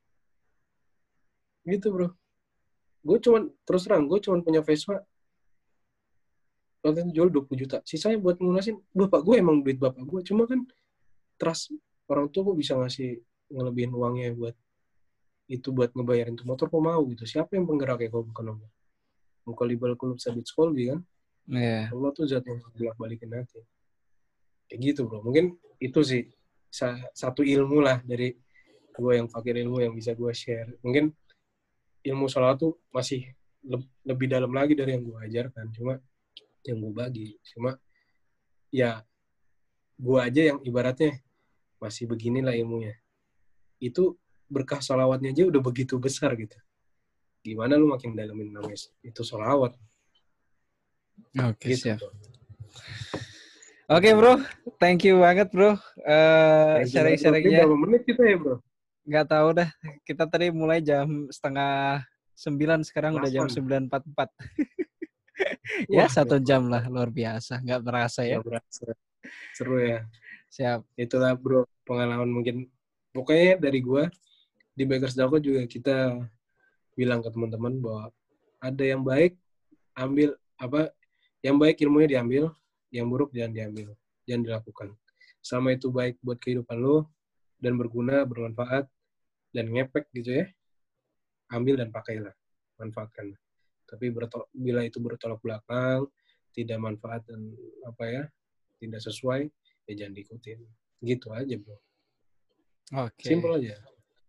Gitu bro. Gue cuman punya Vespa waktu itu jual 20 juta. Sisanya buat ngunasin bapak gue, emang duit bapak gue. Cuma kan trust orang tua gue bisa ngelebihin uangnya buat itu, buat ngebayarin tuh motor, kok mau gitu. Siapa yang penggeraknya kalau bukan Allah? Mukallibal qulub sabit qalbi kan? Allah tuh zat yang bolak-balikin hati. Kayak gitu bro. Mungkin itu sih satu ilmu lah dari gue yang fakir ilmu yang bisa gue share. Mungkin ilmu sholawat tuh masih lebih dalam lagi dari yang gue ajarkan. Cuma yang gue bagi. Cuma ya gue aja yang ibaratnya masih beginilah ilmunya. Itu berkah sholawatnya aja udah begitu besar gitu. Gimana lu makin dalamin namanya itu sholawat. Oke, gitu, siap. Oke bro, thank you banget bro. Sharing-sharingnya. Berapa menit kita ya bro? Nggak tahu dah. Kita tadi mulai jam 8:30, sekarang 8. Udah jam 9.44. Ya 1 jam lah, luar biasa. Nggak berasa ya. Nggak berasa. Seru ya. Siap. Itulah bro pengalaman mungkin. Pokoknya dari gue di Bakers Dakwah juga kita bilang ke teman-teman bahwa ada yang baik ambil yang baik ilmunya diambil, yang buruk jangan diambil, jangan dilakukan. Sama itu baik buat kehidupan lo dan berguna, bermanfaat dan ngepek gitu ya, ambil dan pakailah, manfaatkan. Tapi bila itu bertolak belakang, tidak manfaat dan tidak sesuai, ya jangan diikutin. Gitu aja bro. Oke. Simple aja.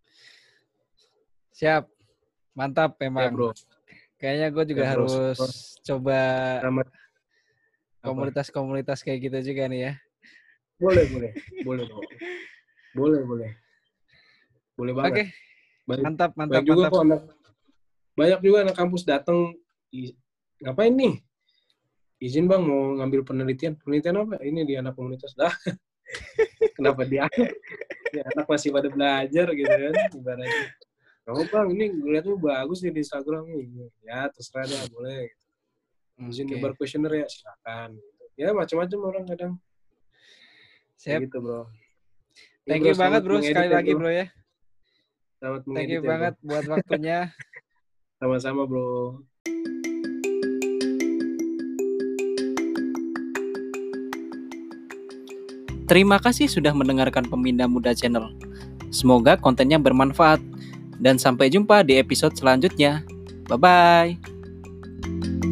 Siap. Mantap emang. Ya, bro. Kayaknya gue juga harus coba komunitas-komunitas kayak gitu juga nih ya. Boleh bro. Boleh banget. Oke. Mantap. Juga kok banyak juga anak kampus datang, ngapain nih? Izin bang mau ngambil penelitian apa? Ini di anak komunitas. Kenapa dia? Ya, anak masih pada belajar gitu kan, ibaratnya. Oh bang, ini ngeliatnya bagus nih di Instagram nih. Ya terserah dah, boleh. izin nyebar kuesioner ya silakan. Ya macam-macam orang kadang. Siap. Gitu bro. Thank you banget bro sekali lagi bro ya. Selamat mengedit. Thank you banget buat waktunya. Sama-sama bro. Terima kasih sudah mendengarkan Pembina Muda Channel. Semoga kontennya bermanfaat. Dan sampai jumpa di episode selanjutnya. Bye-bye.